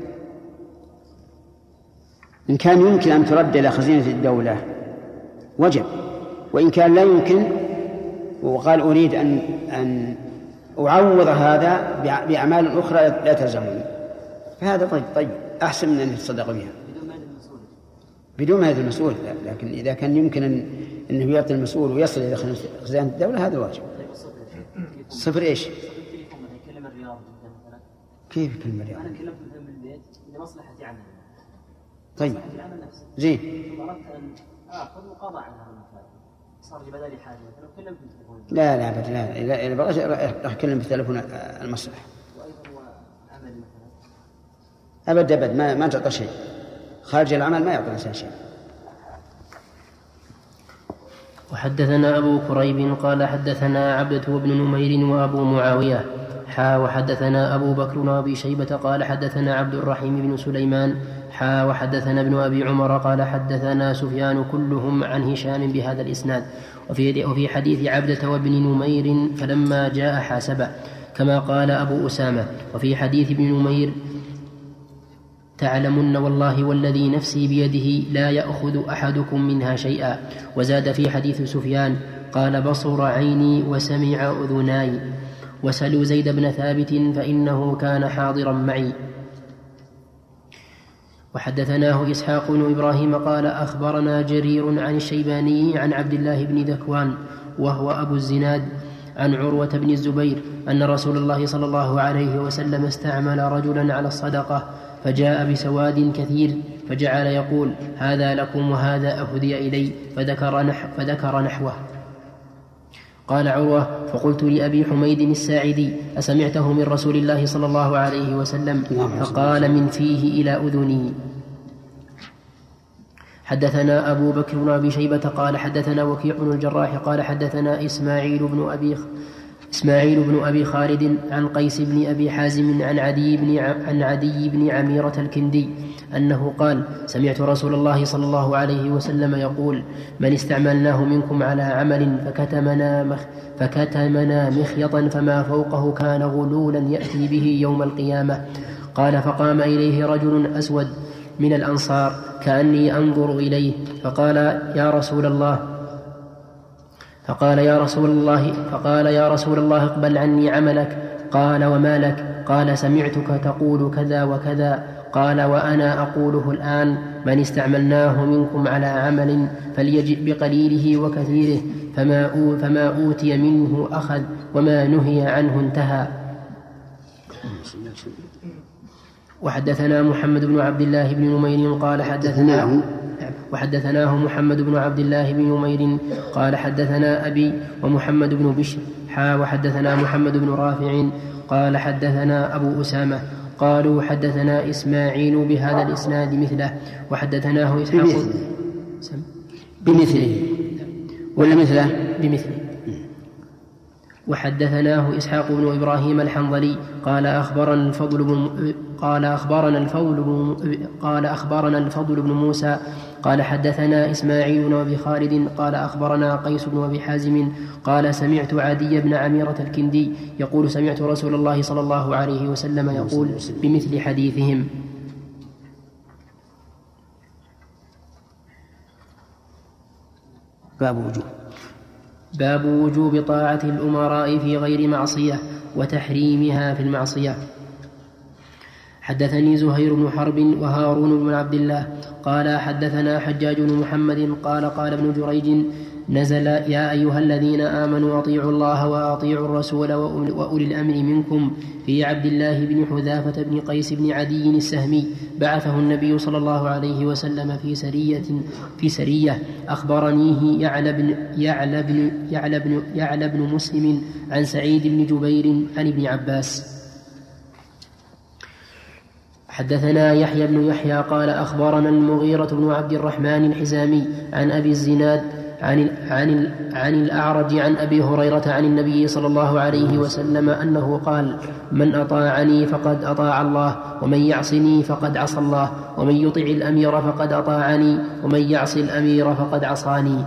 إن كان يمكن أن ترد إلى خزينة الدولة وجب، وإن كان لا يمكن وقال أريد أن أعوض هذا بأعمال أخرى لا تلزمني، فهذا طيب أحسن من أن يتصدق بها بدون ما يد المسؤول. لكن إذا كان يمكن أنه يعطي المسؤول ويصل إلى خزانة الدولة هذا واجب. صفر إيش؟ يكلم الرياض مثلا. كيف يكلم الرياض؟ أنا كلمت مثلا من البيت لمصلحة عمل. طيب. زين. أردت أن آخذ مقاضاة عن هذا المكان. صار لي بدالي حاجة مثلا وكلمت بالتليفون. لا إذا بغيت راح أكلم بالتليفون المصلحة. وأيضا هو عمل مثلا. أبد ما تعطى شيء. خارج العمل ما يعطي الإنسان شيء. وحدثنا أبو كريب قال حدثنا عبدة بن نمير وأبو معاوية وحدثنا أبو بكر وأبي شيبة قال حدثنا عبد الرحيم بن سليمان وحدثنا ابن أبي عمر قال حدثنا سفيان كلهم عن هشام بهذا الإسناد. وفي حديث عبدة وابن نمير فلما جاء حاسبه كما قال أبو أسامة. وفي حديث ابن نمير تعلمن والله والذي نفسي بيده لا يأخذ أحدكم منها شيئا. وزاد في حديث سفيان قال بصر عيني وسمع أذناي. وسلوا زيد بن ثابت فإنه كان حاضرا معي. وحدثناه إسحاق بن إبراهيم قال أخبرنا جرير عن الشيباني عن عبد الله بن ذكوان وهو أبو الزناد عن عروة بن الزبير أن رسول الله صلى الله عليه وسلم استعمل رجلا على الصدقة فجاء بسواد كثير فجعل يقول هذا لكم وهذا أهدي إلي فذكر نحوه. قال عروة فقلت لأبي حميد الساعدي أسمعته من رسول الله صلى الله عليه وسلم؟ فقال من فيه إلى أذني. حدثنا أبو بكر بن أبي شيبة قال حدثنا وكيع بن الجراح قال حدثنا إسماعيل بن أبي خالد عن قيس بن أبي حازم عن عدي بن عميرة الكندي أنه قال سمعت رسول الله صلى الله عليه وسلم يقول من استعملناه منكم على عمل فكتمنا مخيطا فما فوقه كان غلولا يأتي به يوم القيامة. قال فقام إليه رجل أسود من الأنصار كأني أنظر إليه فقال يا رسول الله اقبل عني عملك. قال وما لك؟ قال سمعتك تقول كذا وكذا. قال وأنا أقوله الآن من استعملناه منكم على عمل فليجئ بقليله وكثيره فما أوتي منه أخذ وما نهي عنه انتهى. وحدثنا محمد بن عبد الله بن نمير قال وحدثناه محمد بن عبد الله بن نمير قال حدثنا أبي ومحمد بن بشر وحدثنا محمد بن رافع قال حدثنا أبو أسامة قالوا حدثنا إسماعيل بهذا الإسناد مثله. وحدثناه إسحاق بمثله ولا مثله بمثله. وحدثناه إسحاق بن إبراهيم الحنظلي قال أخبرنا الفضل بن موسى قال حدثنا إسماعيل بن أبي خالد قال أخبرنا قيس بن أبي حازم قال سمعت عدي بن عميرة الكندي يقول سمعت رسول الله صلى الله عليه وسلم يقول بمثل حديثهم. باب وجوب طاعة الأمراء في غير معصية وتحريمها في المعصية. حدثني زهير بن حرب وهارون بن عبد الله قال حدثنا حجاج بن محمد قال ابن جريج نزل يا أيها الذين آمنوا أطيعوا الله وأطيعوا الرسول وأولي الأمر منكم في عبد الله بن حذافة بن قيس بن عدي السهمي بعثه النبي صلى الله عليه وسلم في سرية أخبرنيه يعلى بن مسلم عن سعيد بن جبير عن ابن عباس. حدثنا يحيى بن يحيى قال أخبرنا المغيرة بن عبد الرحمن الحزامي عن أبي الزناد عن الأعرج عن أبي هريرة عن النبي صلى الله عليه وسلم أنه قال من أطاعني فقد أطاع الله ومن يعصني فقد عصى الله ومن يطع الأمير فقد أطاعني ومن يعص الأمير فقد عصاني.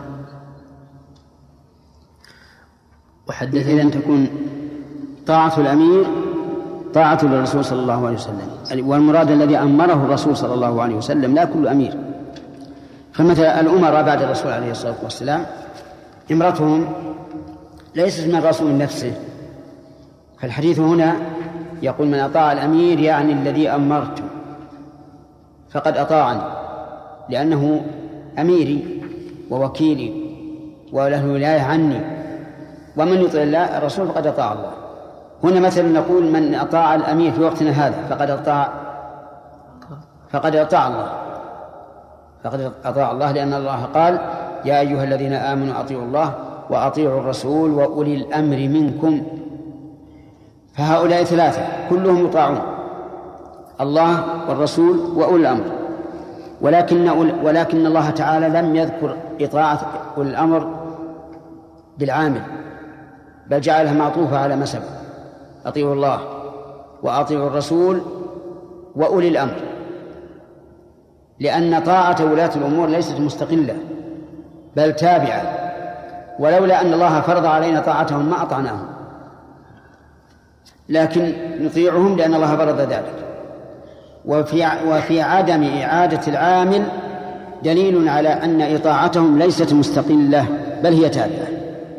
وحدثنا أن تكون طاعة الأمير طاعة للرسول صلى الله عليه وسلم، والمراد الذي أمره الرسول صلى الله عليه وسلم لا كل أمير. فمثلا الأمراء بعد الرسول عليه الصلاة والسلام امرتهم ليست من الرسول نفسه، فالحديث هنا يقول من أطاع الأمير يعني الذي أمرته فقد أطاعني لأنه أميري ووكيلي وله ولاية عني، ومن يطع الله الرسول فقد أطاع الله. هنا مثلا نقول من أطاع الأمير في وقتنا هذا فقد أطاع الله لأن الله قال يا أيها الذين آمنوا أطيعوا الله وأطيعوا الرسول وأولي الأمر منكم، فهؤلاء ثلاثة كلهم يطاعون الله والرسول وأولي الأمر، ولكن الله تعالى لم يذكر إطاعة أولي الأمر بالعامل، بل جعلها معطوفة على ما سبق أطيعوا الله وأطيعوا الرسول وأولي الأمر، لأن طاعة ولاة الأمور ليست مستقلة بل تابعة، ولولا أن الله فرض علينا طاعتهم ما أطعناهم، لكن نطيعهم لأن الله فرض ذلك. وفي عدم إعادة العامل دليل على أن إطاعتهم ليست مستقلة بل هي تابعة.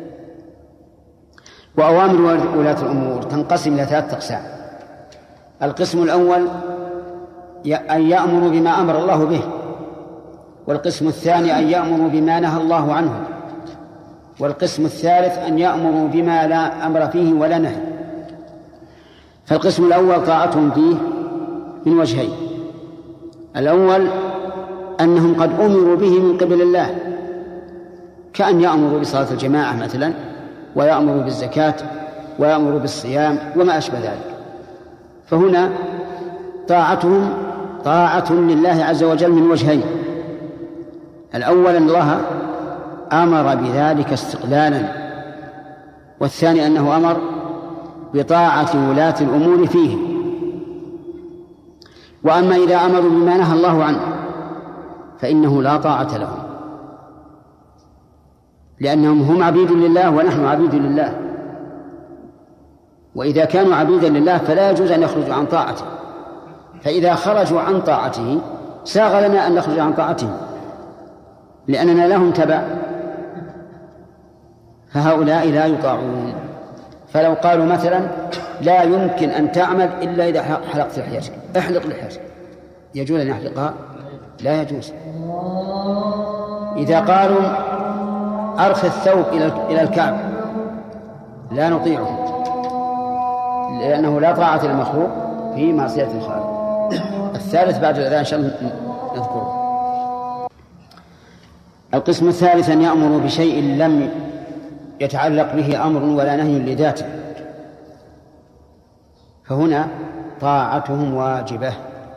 وأوامر ولاة الأمور تنقسم إلى 3 أقسام. القسم الأول أن يأمروا بما أمر الله به، والقسم الثاني أن يأمروا بما نهى الله عنه، والقسم الثالث أن يأمروا بما لا أمر فيه ولا نهي. فالقسم الأول طاعتهم فيه من وجهين: الأول أنهم قد أمروا به من قبل الله، كأن يأمروا بصلاة الجماعة مثلا، ويأمروا بالزكاة، ويأمروا بالصيام وما أشبه ذلك، فهنا طاعتهم طاعة لله عز وجل من وجهين: الأول أن الله أمر بذلك استقلالا، والثاني أنه أمر بطاعة ولاة الأمور فيه. وأما إذا أمروا بما نهى الله عنه فإنه لا طاعة لهم، لأنهم هم عبيد لله ونحن عبيد لله، وإذا كانوا عبيدا لله فلا يجوز أن يخرجوا عن طاعته، فإذا خرجوا عن طاعته ساغ لنا أن نخرج عن طاعتهم لأننا لهم تبع، فهؤلاء لا يطاعون. فلو قالوا مثلا لا يمكن أن تعمل إلا إذا حلقت لحيتك، احلق لحيتك، يجوز أن يحلقها؟ لا يجوز. إذا قالوا أرخي الثوب إلى الكعب لا نطيعهم، لأنه لا طاعة للمخلوق في معصية الخالق. الثالث بعد الأذان إن شاء الله نذكره. القسم الثالث أن يأمروا بشيء لم يتعلق به أمر ولا نهي لذاته، فهنا طاعتهم واجبة،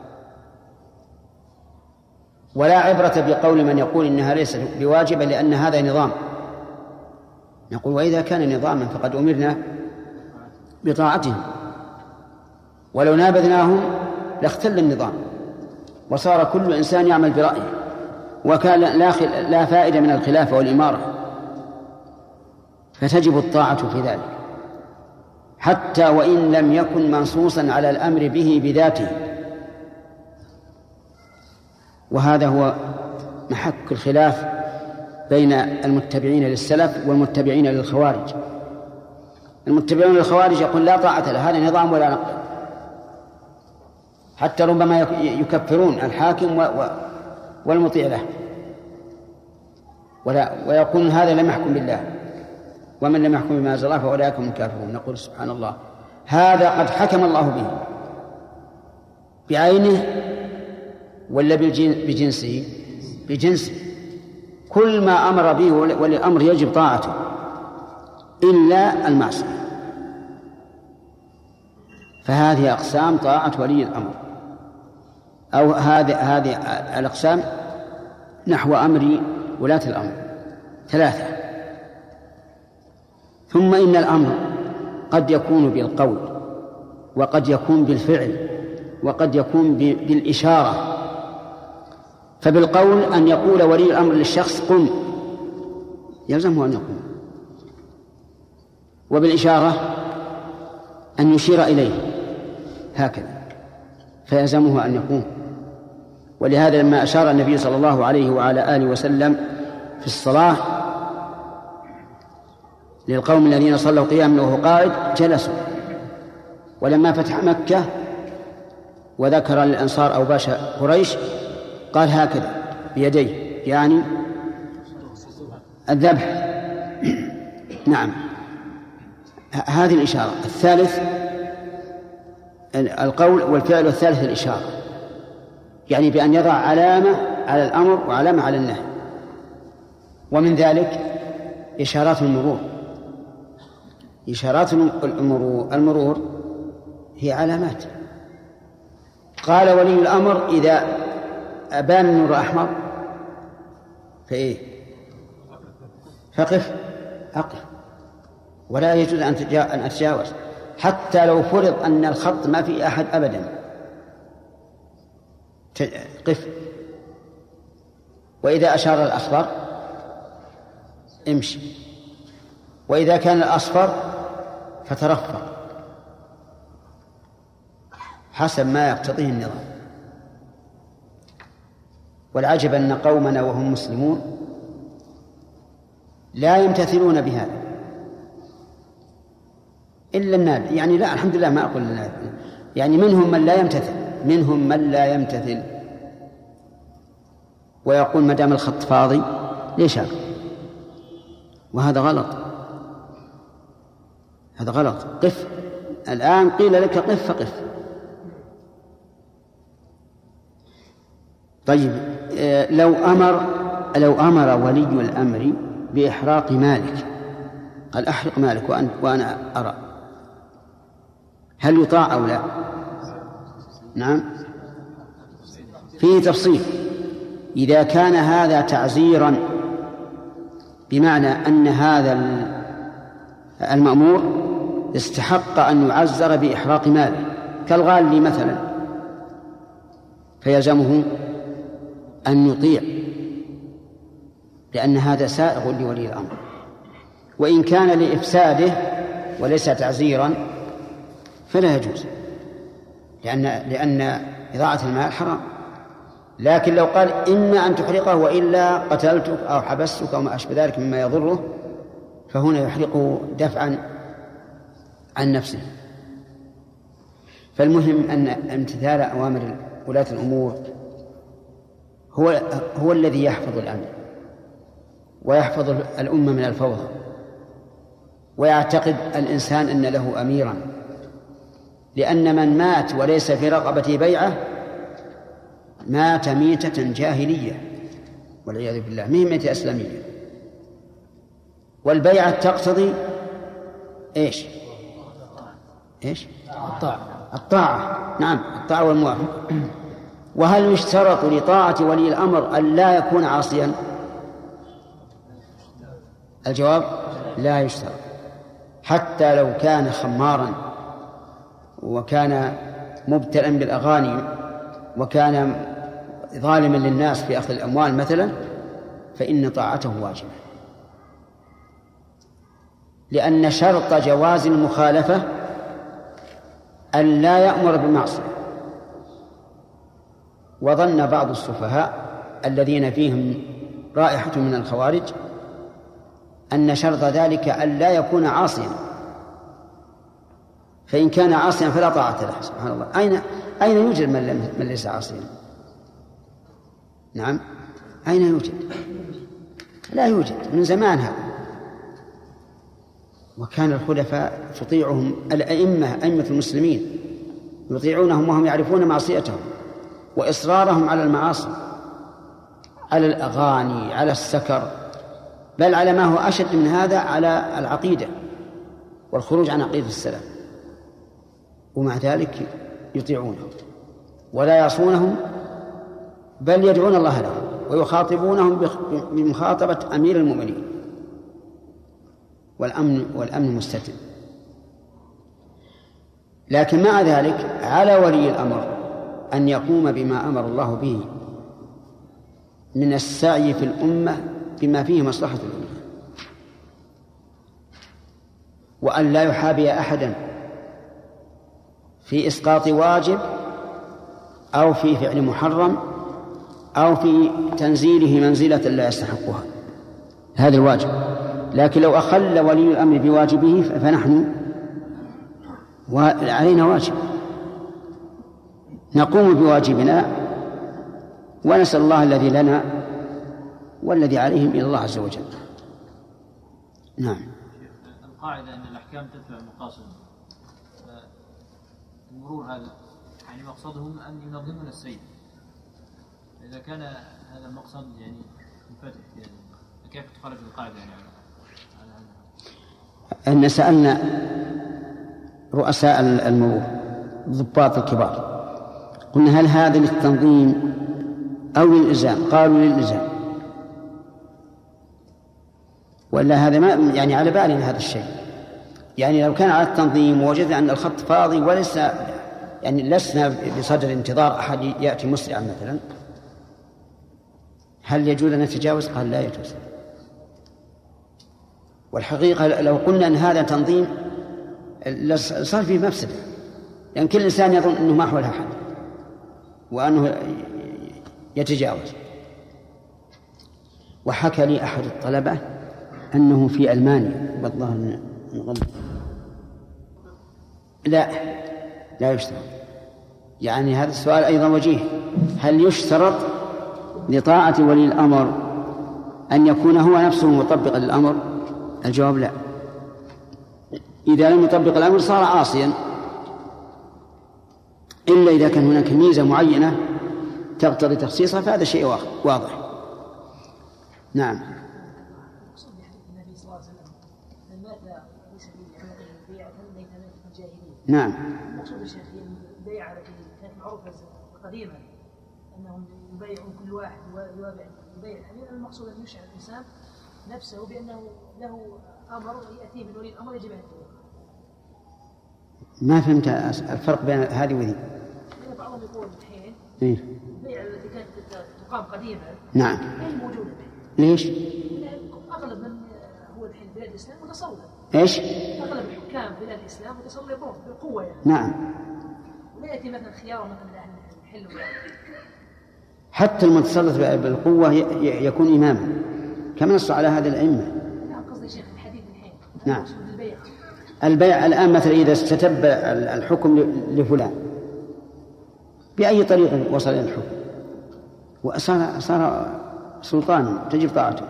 ولا عبرة بقول من يقول إنها ليست بواجبة لأن هذا نظام. نقول وإذا كان نظاما فقد أمرنا بطاعتهم، ولو نابذناهم لاختل النظام وصار كل إنسان يعمل برأيه، وكان لا فائدة من الخلافة والإمارة، فتجب الطاعة في ذلك حتى وإن لم يكن منصوصا على الأمر به بذاته. وهذا هو محك الخلاف بين المتبعين للسلف والمتبعين للخوارج. المتبعون للخوارج يقول لا طاعة له، هذا نظام ولا نقل، حتى ربما يكفرون الحاكم والمطيع له، ويقولون هذا لم يحكم بالله، ومن لم يحكم بما أنزل الله فأولئك هم الكافرون. نقول سبحان الله، هذا قد حكم الله به بعينه ولا بجنسه؟ بجنسه. كل ما أمر به وللأمر يجب طاعته إلا المعصية. فهذه أقسام طاعة ولي الأمر، أو هذه الأقسام نحو أمر ولاة الأمر 3. ثم إن الأمر قد يكون بالقول، وقد يكون بالفعل، وقد يكون بالإشارة. فبالقول أن يقول ولي الأمر للشخص قم، يلزمه أن يقوم. وبالإشارة أن يشير إليه هكذا فيلزمه أن يقوم. ولهذا لما أشار النبي صلى الله عليه وعلى آله وسلم في الصلاة للقوم الذين صلوا قياما وهو قاعد جلسوا، ولما فتح مكة وذكر للأنصار أوباش قريش قال هكذا بيديه، يعني الذبح. نعم، هذه الإشارة. 3 القول والفعل، والثالث الإشارة، يعني بأن يضع علامة على الأمر وعلامة على النهي. ومن ذلك إشارات المرور. إشارات المرور هي علامات. قال ولي الأمر إذا أبان النور أحمر فإيه؟ فقف، أقف، ولا يجوز أن أتجاوز، حتى لو فرض أن الخط ما في أحد أبدا، قف. وإذا أشار الأخضر امشي، وإذا كان الأصفر فترفق حسب ما يقتضيه النظام. والعجب أن قومنا وهم مسلمون لا يمتثلون بهذا إلا النادر، يعني لا، الحمد لله ما أقول النادر، يعني منهم من لا يمتثل، ويقول ما دام الخط فاضي ليش أقف؟ وهذا غلط، هذا غلط. قف، الآن قيل لك قف فقف. طيب، لو أمر ولي الأمر بإحراق مالك، قال أحرق مالك وأنا أرى، هل يطاع أو لا؟ نعم، فيه تفصيل. إذا كان هذا تعزيرا بمعنى أن هذا المأمور استحق أن يعزر بإحراق ماله كالغالي مثلا، فيلزمه أن يطيع، لأن هذا سائغ لولي الأمر. وإن كان لإفساده وليس تعزيرا فلا يجوز، لأن إضاعة المال حرام. لكن لو قال إما أن تحرقه وإلا قتلتك أو حبستك أو ما أشبه ذلك مما يضره، فهنا يحرقه دفعا عن نفسه. فالمهم أن امتثال أوامر ولاة الأمور هو الذي يحفظ الأمن ويحفظ الأمة من الفوضى، ويعتقد الإنسان أن له أميرا، لأن من مات وليس في رقبته بيعة مات ميتة جاهلية والعياذ بالله، ميتة إسلامية. والبيعة تقتضي إيش؟ الطاعة. نعم، الطاعة والموافقة. وهل يشترط لطاعة ولي الأمر أن لا يكون عاصيا؟ الجواب لا يشترط، حتى لو كان خمارا وكان مبتلًا بالأغاني وكان ظالما للناس في أخذ الأموال مثلا، فإن طاعته واجبة، لأن شرط جواز المخالفة أن لا يأمر بالمعصية. وظن بعض السفهاء الذين فيهم رائحة من الخوارج أن شرط ذلك أن لا يكون عاصيا، فإن كان عاصيا فلا طاعة له. سبحان الله، أين يوجد من ليس عاصيا؟ نعم، أين يوجد؟ لا يوجد من زمان هذا. وكان الخلفاء تطيعهم أئمة المسلمين، يطيعونهم وهم يعرفون معصيتهم وإصرارهم على المعاصي، على الأغاني، على السكر، بل على ما هو أشد من هذا، على العقيدة والخروج عن عقيدة السلف، ومع ذلك يطيعونهم ولا يعصونهم، بل يدعون الله لهم ويخاطبونهم بمخاطبة أمير المؤمنين، والأمن مستتب. لكن مع ذلك على ولي الأمر أن يقوم بما أمر الله به من السعي في الأمة بما فيه مصلحة الأمة، وأن لا يحابي أحدا في إسقاط واجب أو في فعل محرم أو في تنزيله منزلة لا يستحقها، هذا الواجب. لكن لو أخل ولي الأمر بواجبه فنحن علينا واجب، نقوم بواجبنا ونسأل الله الذي لنا والذي عليهم إلى الله عز وجل. نعم. القاعدة أن الأحكام تتبع المقاصد، المرور هذا يعني مقصدهم أن ينظمون السير، إذا كان هذا المقصد يعني منفتح، يعني كيف تخالف القاعدة يعني على أن سألنا رؤساء المرور الضباط الكبار، قلنا هل هذا للتنظيم أو للإلزام؟ قالوا للإلزام، ولا هذا ما يعني على بالنا هذا الشيء. يعني لو كان على التنظيم ووجدنا أن الخط فاضي وليس يعني لسنا بصدر انتظار أحد يأتي مسرعا مثلا، هل يجوز أن نتجاوز؟ قال لا يجوز. والحقيقة لو قلنا أن هذا تنظيم صار فيه مفسدة، يعني كل إنسان يظن أنه ما حولها أحد وأنه يتجاوز. وحكى لي أحد الطلبة أنه في ألمانيا والله لا يشترط. يعني هذا السؤال أيضا وجيه، هل يشترط لطاعة ولي الأمر أن يكون هو نفسه مطبقا للأمر؟ الجواب لا. إذا لم يطبق الأمر صار عاصيا، إلا إذا كان هناك ميزة معينة تقتضي تخصيصها، فهذا شيء واضح. نعم. نعم. المقصود يا شيخ البيعة التي كانت معروفة قديما أنهم يبيعون كل واحد يبيع الحمير، المقصود أن يشعر الإنسان نفسه بأنه له أمر يأتيه من ولي الأمر يجب أن يتبعه. ما فهمت الفرق بين هذه وذي. بعضهم يقول الحين البيعة التي كانت تقام قديما نعم غير موجودة. ليش؟ أغلب من هو الحين بلاد الإسلام متصلب. إيش؟ أغلب الحكام بلاد الإسلام متصلبون بالقوة يعني. نعم. ولا يأتي مثلا خيار مثلا أهل الحل حتى المتسلط بالقوة يكون إماما، كما نص على هذا الأئمة. نعم قصدي شيخ الحديث الحين. نعم. البيع الآن مثلا إذا استتب الحكم لفلان بأي طريق وصل إلى الحكم وصار سلطانا تجب طاعته.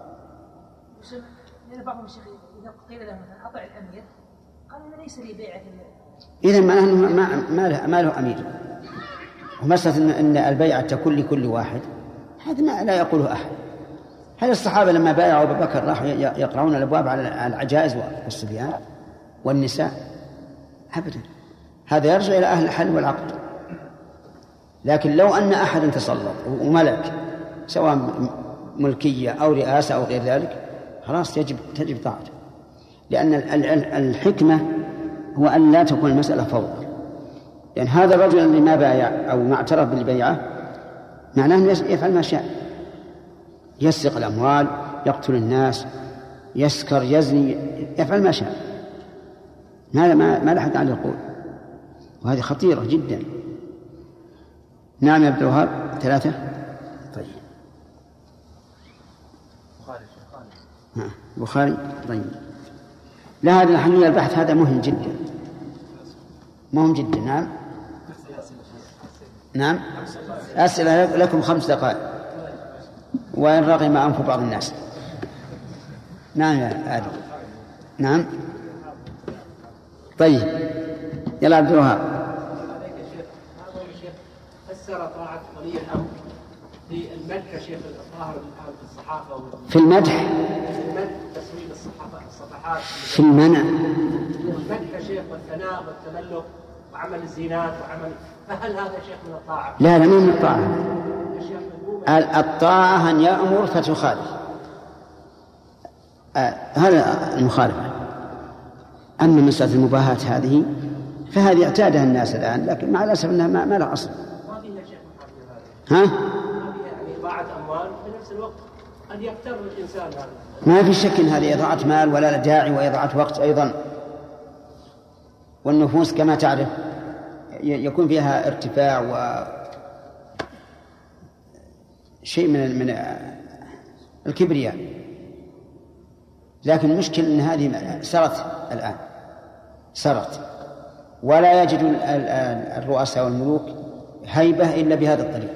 لأن بعضهم الشيخ إذا قيل له مثلا أطع الأمير قال أنا ليس لي بيعة. إذن ما له أمير. ومسألة أن البيعة تكون لكل واحد هذا ما لا يقوله أحد. هل الصحابة لما بايعوا أبو بكر راحوا يقرؤون الأبواب على العجائز والصبيان والنساء؟ أبدا، هذا يرجع إلى أهل الحل والعقد. لكن لو أن أحد تسلط وملك سواء ملكية أو رئاسة أو غير ذلك خلاص تجب طاعته، لأن الحكمة هو أن لا تكون المسألة فوضى. لأن هذا الرجل اللي ما بايع أو ما اعترف بالبيعة معناه يفعل ما شاء، يسرق الأموال، يقتل الناس، يسكر، يزني، يفعل ما شاء، ما لا حد على القول، وهذه خطيرة جدا. نعم يا عبد الوهاب. 3. طيب بخاري. طيب لا، هذا الحقيقة البحث هذا مهم جدا، مهم جدا. نعم نعم. أسئلة لكم 5 دقائق، وإن رغم أنف بعض الناس. نعم يا آدم. نعم طيب يلا عبد الوهاب. فسر طاعة ولي الأمر في المدح شيخ الظاهر في الصحافة في المدح، تسويق الصفحات في المنع، المدح شيخ والثناء والتملق وعمل الزينات وعمل، فهل هذا شيخ من الطاعة؟ لا لا، من الطاعة. الطاعة أن يأمر فتخالف، هذا المخالفة. أما مسألة المباهات هذه فهذه اعتادها الناس الآن، لكن مع الأسف أنها ما لها أصل. ها؟ يعني إضاعة أموال في نفس الوقت أن يقتر الإنسان هذا. ما في شك أن هذه إضاعة مال ولا داعي، وإضاعة وقت أيضا. والنفوس كما تعرف يكون فيها ارتفاع وشيء من الكبرياء، لكن المشكلة أن هذه سرت الآن، سرت، ولا يجد الرؤساء والملوك هيبة إلا بهذا الطريق.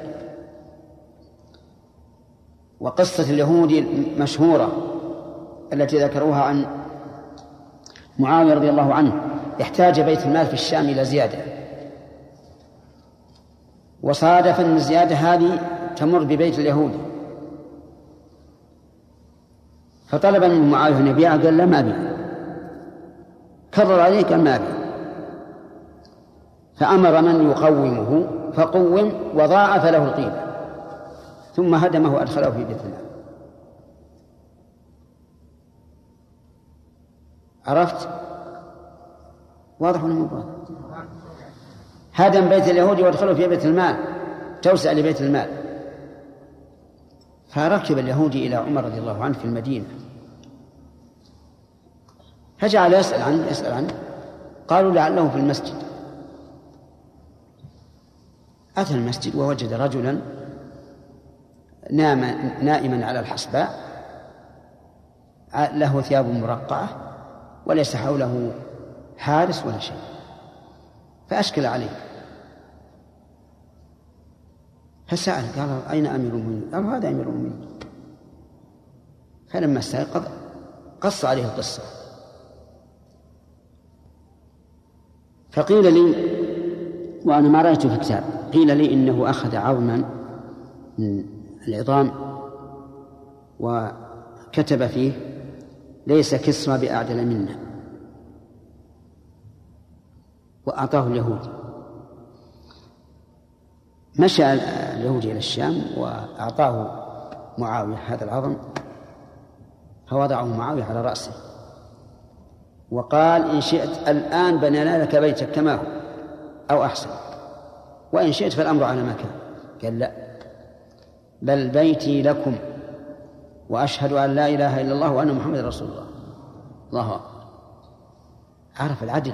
وقصة اليهود المشهورة التي ذكروها عن معاوية رضي الله عنه، احتاج بيت المال في الشام إلى زيادة، وصادف أن الزيادة هذه تمر ببيت اليهودي، فطلب من معاوية أن يبيع، قال لا ما أبيع، كرر عليه قال ما أبيع، فأمر من يقومه فقوم وضاعف له القيمة، ثم هدمه وأدخله في بيت المال. عرفت؟ واضح ولا مو واضح؟ هدم بيت اليهود وادخله في بيت المال، توسع لبيت المال. فركب اليهودي إلى عمر رضي الله عنه في المدينة، فجعل يسأل عنه، قالوا لعله في المسجد. أتى المسجد ووجد رجلا نائما على الحصباء، له ثياب مرقعة وليس حوله حارس ولا شيء، فأشكل عليه، فسأل قال أين أمير المؤمنين؟ قال هذا أمير المؤمنين. فلما استيقظ قص عليه القصة، فقيل لي، وأنا ما رأيته في الكتاب، قيل لي إنه أخذ عظما من العظام وكتب فيه ليس كسرى بأعدل منا، وأعطاه اليهود. مشى اليهودي إلى الشام وأعطاه معاوية هذا العظم، فوضعه معاوية على رأسه وقال إن شئت الآن بنينا لك بيتك كما هو أو أحسن، وإن شئت فالأمر على ما كان. قال لا، بل بيتي لكم، وأشهد أن لا إله إلا الله وأن محمد رسول الله. الله أكبر. عرف العدل.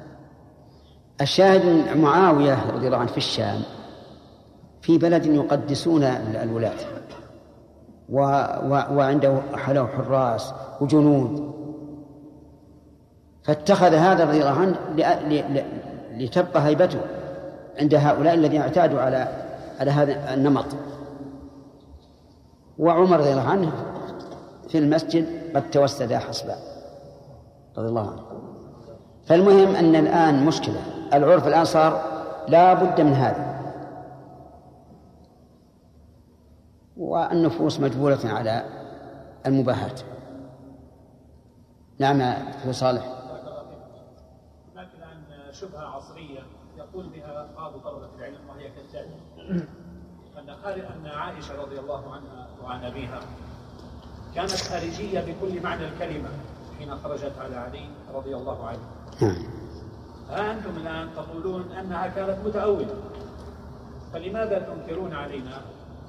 الشاهد معاوية رضي الله عنه في الشام، في بلد يقدسون الولاة، وعنده حلو حراس وجنود، فاتخذ هذا رضي الله عنه لتبقى هيبته عند هؤلاء الذين اعتادوا على هذا النمط. وعمر رضي الله عنه في المسجد قد توسد حصبا رضي الله عنه. فالمهم أن الآن مشكلة، العرف الآن صار لا بد من هذا، والنفوس مجبولة على المباهات. نعم يا صالح. هناك الآن شبهة عصرية يقول بها بعض طلبة العلم وهي كالتالي: أن عائشة رضي الله عنها وعن أبيها كانت خارجية بكل معنى الكلمة حين خرجت على علي رضي الله عنه. أنتم الآن تقولون أنها كانت متأولة، فلماذا تنكرون علينا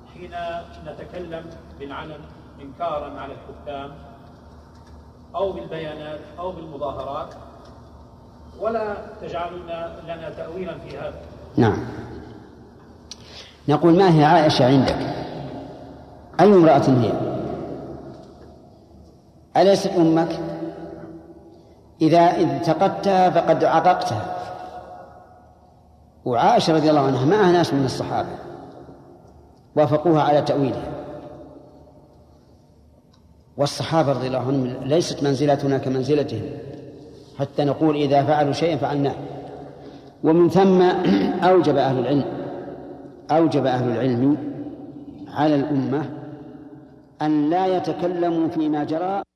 حين نتكلم بالعلن إنكارا على الحكام أو بالبيانات أو بالمظاهرات، ولا تجعلون لنا تأويلا في هذا. نعم. نقول ما هي عائشة عندك؟ أي امرأة هي؟ أليست أمك؟ إذا التقطتها فقد عققتها. وعائشة رضي الله عنها معها ناس من الصحابة وافقوها على تأويلها، والصحابة رضي الله عنهم ليست منزلتنا كمنزلتهم حتى نقول إذا فعلوا شيئا فعلناه. ومن ثم أوجب أهل العلم على الأمة أن لا يتكلموا فيما جرى